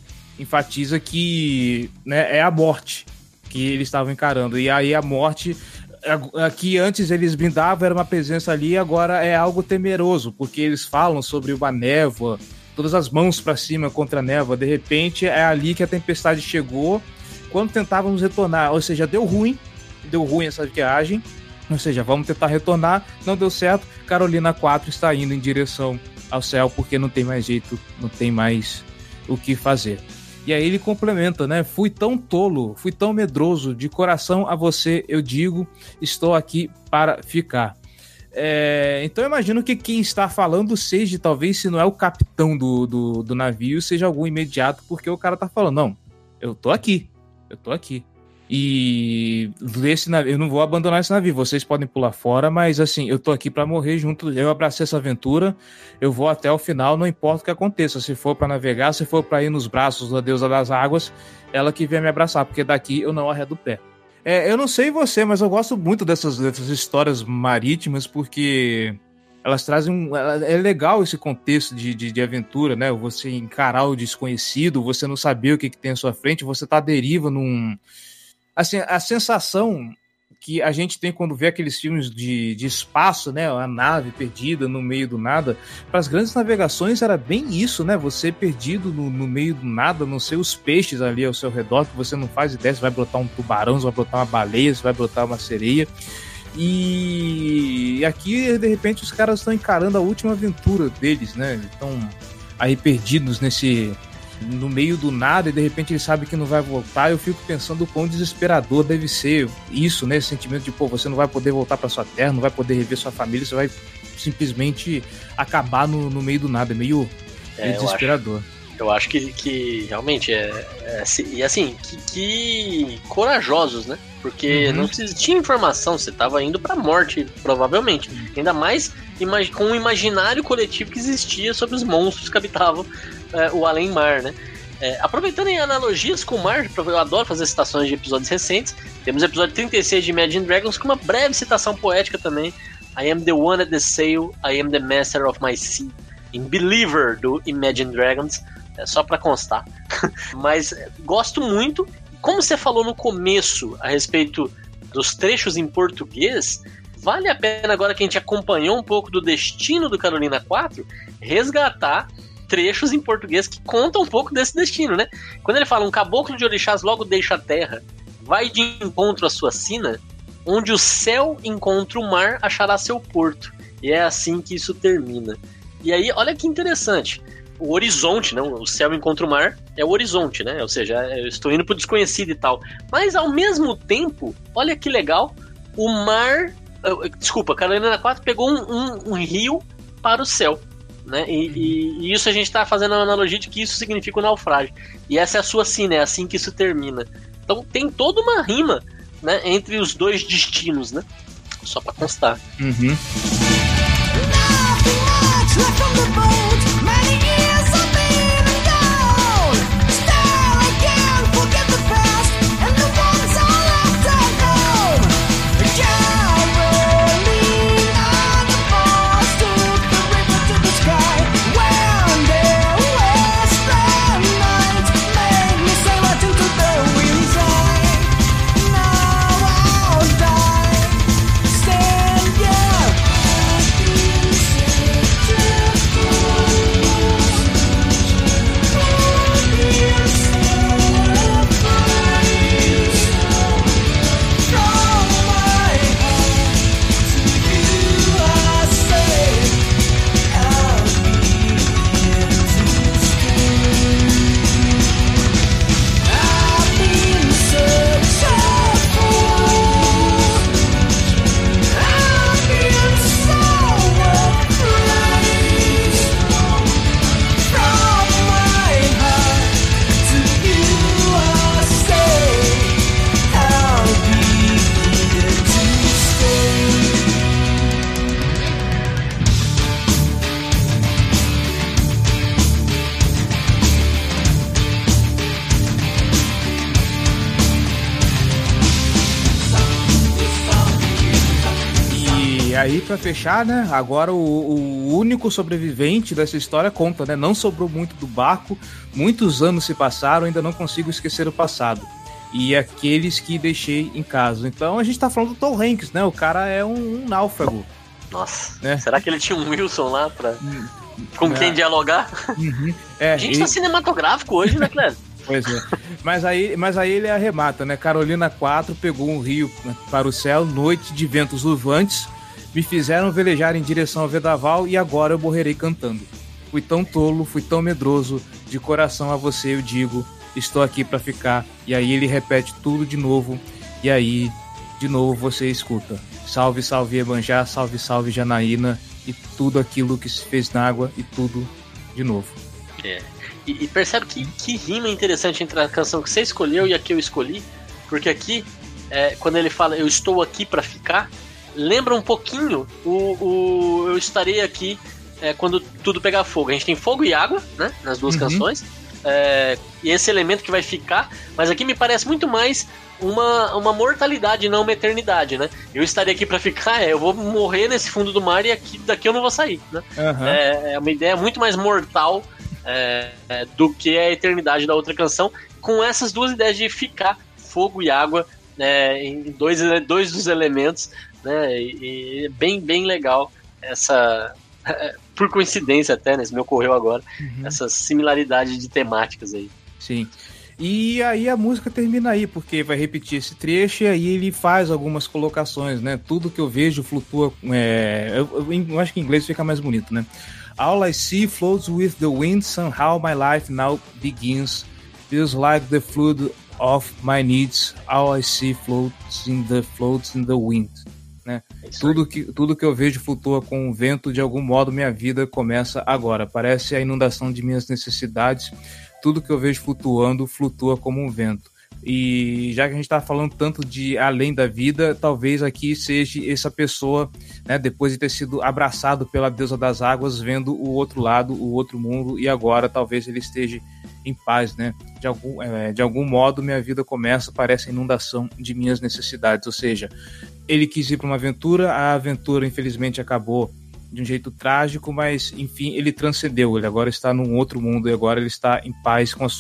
que, né, é a morte que eles estavam encarando. E aí a morte... Aqui antes eles brindavam, era uma presença ali, agora é algo temeroso, porque eles falam sobre uma névoa, todas as mãos para cima contra a névoa. De repente é ali que a tempestade chegou quando tentávamos retornar, ou seja, deu ruim essa viagem, ou seja, vamos tentar retornar, não deu certo. Carolina 4 está indo em direção ao céu porque não tem mais jeito, não tem mais o que fazer. E aí ele complementa, né? Fui tão tolo, fui tão medroso, de coração a você eu digo, estou aqui para ficar. Então eu imagino que quem está falando seja, talvez, se não é o capitão do navio, seja algum imediato, porque o cara tá falando, não, eu tô aqui. E esse navio, eu não vou abandonar esse navio, vocês podem pular fora, mas assim, eu tô aqui pra morrer junto, eu abracei essa aventura, eu vou até o final, não importa o que aconteça, se for pra navegar, se for pra ir nos braços da deusa das águas, ela que vier me abraçar, porque daqui eu não arredo o pé. Eu não sei você, mas eu gosto muito dessas histórias marítimas, porque elas trazem é legal esse contexto de aventura, né? Você encarar o desconhecido, você não saber o que tem à sua frente, você tá à deriva num... Assim, a sensação que a gente tem quando vê aqueles filmes de espaço, né? A nave perdida no meio do nada. Para as grandes navegações era bem isso, né? Você perdido no meio do nada, não sei os peixes ali ao seu redor, que você não faz ideia se vai brotar um tubarão, se vai brotar uma baleia, se vai brotar uma sereia. E aqui, de repente, os caras estão encarando a última aventura deles, né? Estão aí perdidos no meio do nada, e de repente ele sabe que não vai voltar. Eu fico pensando o quão desesperador deve ser isso, né? Esse sentimento de, você não vai poder voltar para sua terra, não vai poder rever sua família, você vai simplesmente acabar no meio do nada. É meio desesperador. Eu acho que realmente e assim, que corajosos, né? Porque não tinha informação, você estava indo pra morte, provavelmente. Ainda mais com o imaginário coletivo que existia sobre os monstros que habitavam o além-mar, né? Aproveitando em analogias com o mar, eu adoro fazer citações de episódios recentes. Temos o episódio 36 de Imagine Dragons com uma breve citação poética também. I am the one at the sail, I am the master of my sea. Em Believer, do Imagine Dragons, só pra constar. Mas gosto muito. Como você falou no começo a respeito dos trechos em português, vale a pena, agora que a gente acompanhou um pouco do destino do Carolina 4, resgatar trechos em português que contam um pouco desse destino, né? Quando ele fala, um caboclo de orixás logo deixa a terra, vai de encontro à sua sina, onde o céu encontra o mar, achará seu porto. E é assim que isso termina. E aí, olha que interessante. O horizonte, né? O céu encontra o mar é o horizonte, né? Ou seja, eu estou indo pro desconhecido e tal. Mas, ao mesmo tempo, olha que legal, o mar... Desculpa, Carolina 4 pegou um rio para o céu, né? E isso a gente está fazendo uma analogia de que isso significa o naufrágio. E essa é a sua sina, é assim que isso termina. Então tem toda uma rima, né, entre os dois destinos, né? Só para constar. Left from the boat, many years of aí, pra fechar, né? Agora o único sobrevivente dessa história conta, né? Não sobrou muito do barco, muitos anos se passaram, ainda não consigo esquecer o passado. E aqueles que deixei em casa. Então a gente tá falando do Tom Hanks, né? O cara é um náufrago. Nossa, né? Será que ele tinha um Wilson lá com quem dialogar? Uhum. A gente tá cinematográfico hoje, né, Cleber? Pois é. Mas aí ele arremata, né? Carolina 4 pegou um rio para o céu, noite de ventos uivantes, me fizeram velejar em direção ao vendaval e agora eu morrerei cantando. Fui tão tolo, fui tão medroso, de coração a você eu digo, estou aqui para ficar. E aí ele repete tudo de novo, e aí de novo você escuta. Salve, salve Iemanjá, salve, salve Janaína, e tudo aquilo que se fez na água, e tudo de novo. E percebe que rima interessante entre a canção que você escolheu e a que eu escolhi, porque aqui, quando ele fala eu estou aqui pra ficar, lembra um pouquinho o eu estarei aqui quando tudo pegar fogo. A gente tem fogo e água, né, nas duas canções, e esse elemento que vai ficar, mas aqui me parece muito mais uma mortalidade, não uma eternidade, né? Eu estarei aqui pra ficar, eu vou morrer nesse fundo do mar e daqui eu não vou sair, né? É uma ideia muito mais mortal do que a eternidade da outra canção, com essas duas ideias de ficar, fogo e água, em dois dos elementos, né? E bem, bem legal essa, por coincidência até, né? Isso me ocorreu agora, essa similaridade de temáticas aí. Sim. E aí a música termina aí, porque vai repetir esse trecho e aí ele faz algumas colocações, né? Tudo que eu vejo flutua. Eu acho que em inglês fica mais bonito, né? All I see floats with the wind, somehow my life now begins. Feels like the flood of my needs. All I see floats in the wind. Né? Tudo que eu vejo flutua com o vento, de algum modo minha vida começa agora. Parece a inundação de minhas necessidades. Tudo que eu vejo flutuando, flutua como um vento. E já que a gente está falando tanto de além da vida, talvez aqui seja essa pessoa, né, depois de ter sido abraçado pela deusa das águas, vendo o outro lado, o outro mundo, e agora talvez ele esteja em paz, né? De algum modo minha vida começa, parece a inundação de minhas necessidades. Ou seja, ele quis ir para uma aventura, a aventura infelizmente acabou de um jeito trágico, mas enfim, ele transcendeu, ele agora está num outro mundo e agora ele está em paz com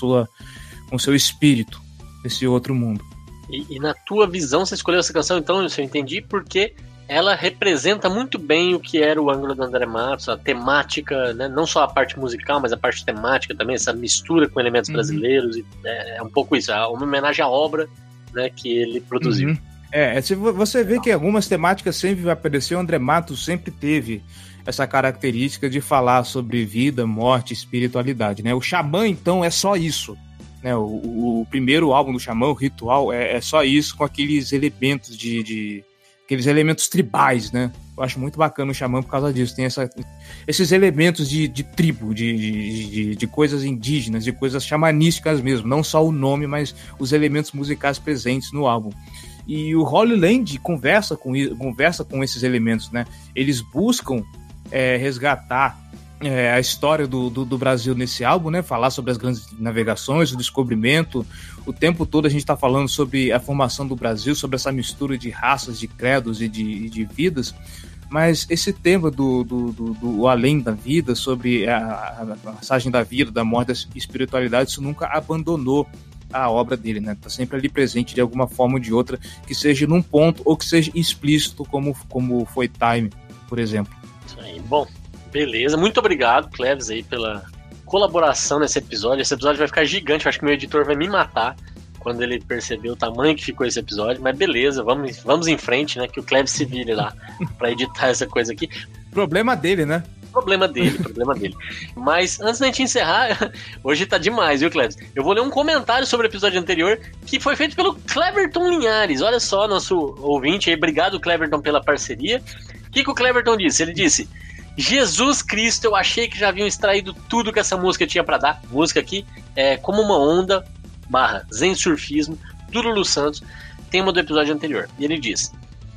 o seu espírito desse outro mundo. E na tua visão, você escolheu essa canção, então, se eu entendi, porque ela representa muito bem o que era o ângulo do André Matos, a temática, né? Não só a parte musical, mas a parte temática também, essa mistura com elementos brasileiros, e é um pouco isso, uma homenagem à obra, né, que ele produziu. Se você vê que algumas temáticas sempre vai aparecer, o André Matos sempre teve essa característica de falar sobre vida, morte, espiritualidade, né? O Xamã, então, é só isso, né? O primeiro álbum do Xamã, o Ritual, é só isso, com aqueles elementos aqueles elementos tribais, né? Eu acho muito bacana o Xamã por causa disso, tem esses elementos de tribo, de coisas indígenas, de coisas xamanísticas mesmo, não só o nome, mas os elementos musicais presentes no álbum. E o Holy Land conversa com esses elementos, né? Eles buscam resgatar a história do Brasil nesse álbum, né? Falar sobre as grandes navegações, o descobrimento. O tempo todo a gente está falando sobre a formação do Brasil, sobre essa mistura de raças, de credos e de vidas. Mas esse tema do além da vida, sobre a passagem da vida, da morte, da espiritualidade, isso nunca abandonou a obra dele, né? Tá sempre ali presente de alguma forma ou de outra, que seja num ponto ou que seja explícito, como foi Time, por exemplo. Isso aí, bom, beleza. Muito obrigado, Cleves, aí, pela colaboração nesse episódio. Esse episódio vai ficar gigante, eu acho que meu editor vai me matar quando ele perceber o tamanho que ficou esse episódio, mas beleza, vamos em frente, né? Que o Cleves se vire lá pra editar essa coisa aqui. Problema dele, né? Problema dele. Mas antes da gente encerrar, hoje tá demais, viu, Cleves? Eu vou ler um comentário sobre o episódio anterior que foi feito pelo Cleverton Linhares. Olha só, nosso ouvinte aí. Obrigado, Cleverton, pela parceria. O que o Cleverton disse? Ele disse: Jesus Cristo, eu achei que já haviam extraído tudo que essa música tinha pra dar. Música aqui é como uma onda / zen surfismo do Lulu Santos, tema do episódio anterior. E ele diz: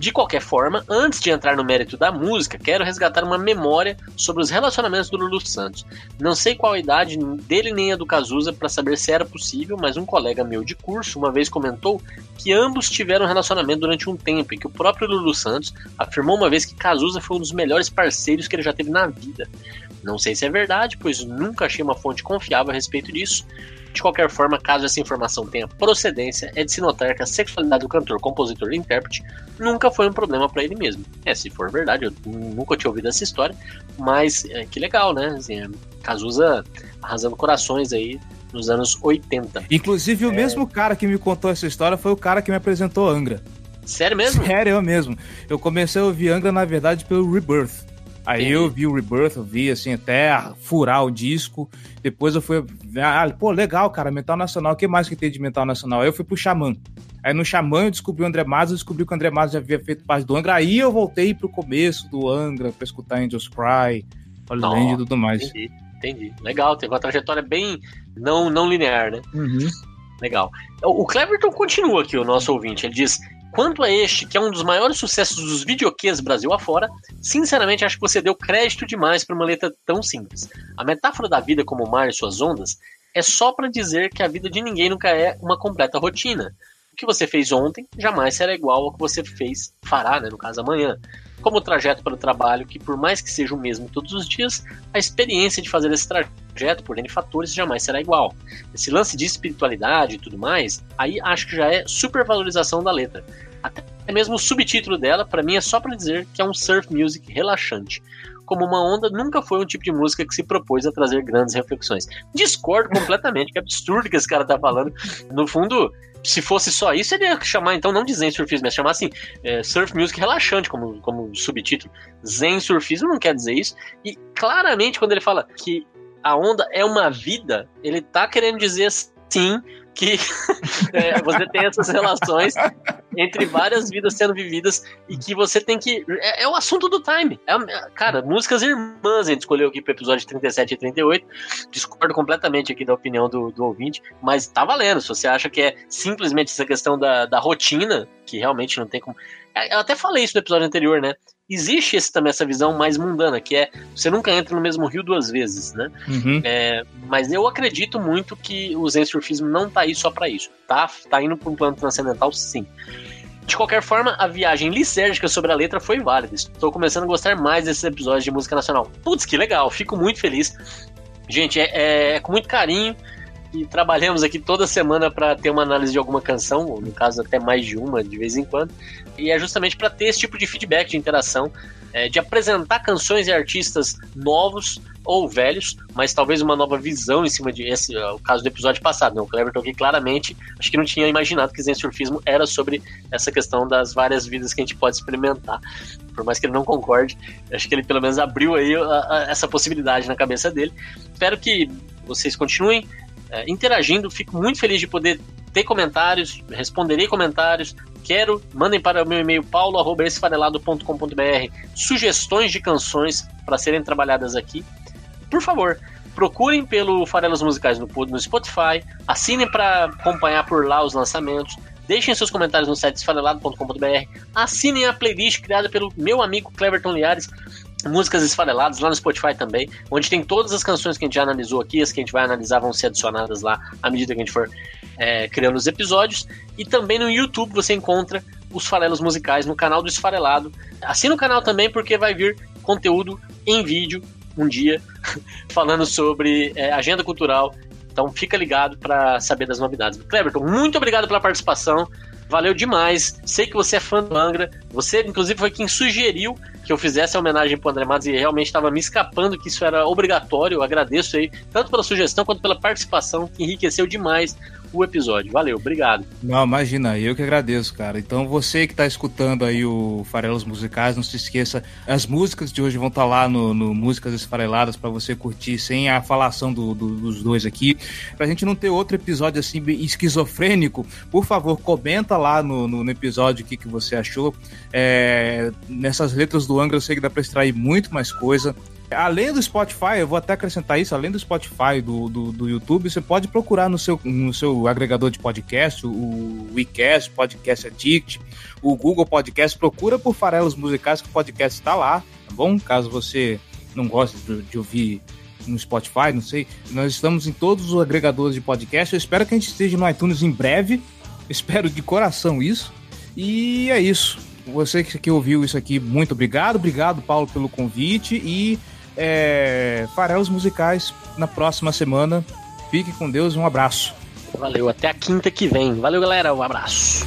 De qualquer forma, antes de entrar no mérito da música, quero resgatar uma memória sobre os relacionamentos do Lulu Santos. Não sei qual a idade dele nem a do Cazuza para saber se era possível, mas um colega meu de curso uma vez comentou que ambos tiveram um relacionamento durante um tempo e que o próprio Lulu Santos afirmou uma vez que Cazuza foi um dos melhores parceiros que ele já teve na vida. Não sei se é verdade, pois nunca achei uma fonte confiável a respeito disso. De qualquer forma, caso essa informação tenha procedência, é de se notar que a sexualidade do cantor, compositor e intérprete nunca foi um problema para ele mesmo. Se for verdade, eu nunca tinha ouvido essa história, mas que legal, né? Assim, Cazuza arrasando corações aí nos anos 80. Inclusive, o mesmo cara que me contou essa história foi o cara que me apresentou Angra. Sério mesmo? Sério mesmo. Eu comecei a ouvir Angra, na verdade, pelo Rebirth. Aí eu vi o Rebirth, eu vi assim, até furar o disco. Depois eu fui, pô, legal, cara, metal nacional, o que mais que tem de metal nacional? Aí eu fui pro Xamã. Aí no Xamã eu descobri o André Matos, eu descobri que o André Matos já havia feito parte do Angra. Aí eu voltei pro começo do Angra pra escutar Angels Cry, Holy Land e tudo mais. Entendi. Legal, teve uma trajetória bem não linear, né? Uhum. Legal. O Cleverton continua aqui, o nosso ouvinte. Ele diz: quanto a este, que é um dos maiores sucessos dos videoquês Brasil afora, sinceramente acho que você deu crédito demais para uma letra tão simples. A metáfora da vida como o mar e suas ondas é só para dizer que a vida de ninguém nunca é uma completa rotina. O que você fez ontem jamais será igual ao que você fará, né, no caso amanhã. Como o trajeto para o trabalho, que por mais que seja o mesmo todos os dias, a experiência de fazer esse trajeto por N fatores jamais será igual. Esse lance de espiritualidade e tudo mais, aí acho que já é supervalorização da letra. Até mesmo o subtítulo dela, para mim, é só para dizer que é um surf music relaxante. Como uma onda nunca foi um tipo de música que se propôs a trazer grandes reflexões. Discordo completamente, que absurdo que esse cara tá falando. No fundo, se fosse só isso, ele ia chamar, então, não de Zen Surfismo, ia chamar assim, Surf Music Relaxante, como subtítulo. Zen Surfismo não quer dizer isso. E claramente, quando ele fala que a onda é uma vida, ele tá querendo dizer sim que você tem essas relações entre várias vidas sendo vividas e que você tem que... É o assunto do time. Cara, músicas irmãs, a gente escolheu aqui pro episódio 37 e 38. Discordo completamente aqui da opinião do ouvinte, mas tá valendo. Se você acha que é simplesmente essa questão da rotina, que realmente não tem como... Eu até falei isso no episódio anterior, né? Existe também essa visão mais mundana, que é você nunca entra no mesmo rio duas vezes, né? Uhum. Mas eu acredito muito que o Zen Surfismo não tá aí só pra isso. Tá indo pra um plano transcendental, sim. De qualquer forma, a viagem lisérgica sobre a letra foi válida. Estou começando a gostar mais desses episódios de música nacional. Putz, que legal, fico muito feliz. Gente, é com muito carinho e trabalhamos aqui toda semana para ter uma análise de alguma canção, ou no caso até mais de uma de vez em quando, e é justamente para ter esse tipo de feedback, de interação, de apresentar canções e artistas novos ou velhos, mas talvez uma nova visão em cima de esse, o caso do episódio passado, né? O Cleverton aqui claramente, acho que não tinha imaginado que Zen Surfismo era sobre essa questão das várias vidas que a gente pode experimentar. Por mais que ele não concorde, acho que ele pelo menos abriu aí essa possibilidade na cabeça dele. Espero que vocês continuem interagindo, fico muito feliz de poder ter comentários, responderei comentários, mandem para o meu e-mail paulo@esfarelado.com.br sugestões de canções para serem trabalhadas aqui. Por favor, procurem pelo Farelas Musicais no Spotify, assinem para acompanhar por lá os lançamentos, deixem seus comentários no site esfarelado.com.br, assinem a playlist criada pelo meu amigo Cleverton Liares, Músicas Esfareladas, lá no Spotify também, onde tem todas as canções que a gente já analisou aqui, as que a gente vai analisar vão ser adicionadas lá à medida que a gente for criando os episódios. E também no YouTube você encontra os Farelos Musicais no canal do Esfarelado. Assina o canal também porque vai vir conteúdo em vídeo um dia falando sobre agenda cultural. Então fica ligado para saber das novidades. Cleverton, muito obrigado pela participação. Valeu demais. Sei que você é fã do Angra. Você, inclusive, foi quem sugeriu que eu fizesse a homenagem pro André Matos e realmente estava me escapando que isso era obrigatório. Eu agradeço aí, tanto pela sugestão quanto pela participação, que enriqueceu demais o episódio. Valeu, obrigado. Não, imagina, eu que agradeço, cara. Então você que tá escutando aí o Farelos Musicais, não se esqueça, as músicas de hoje vão estar lá no Músicas Esfareladas para você curtir sem a falação dos dois aqui. Pra gente não ter outro episódio assim esquizofrênico, por favor, comenta lá no episódio o que você achou. Nessas letras do Angra eu sei que dá pra extrair muito mais coisa. Além do Spotify, eu vou até acrescentar isso, além do Spotify, do YouTube, você pode procurar no seu agregador de podcast, o WeCast, Podcast Addict, o Google Podcast, procura por Farelos Musicais, que o podcast está lá, tá bom? Caso você não goste de ouvir no Spotify, não sei, nós estamos em todos os agregadores de podcast, eu espero que a gente esteja no iTunes em breve, espero de coração isso, e é isso. Você que ouviu isso aqui, muito obrigado, Paulo, pelo convite, e Farelos Musicais na próxima semana. Fique com Deus e um abraço. Valeu, até a quinta que vem. Valeu, galera, um abraço.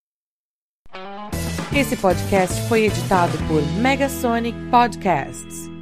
Esse podcast foi editado por Megasonic Podcasts.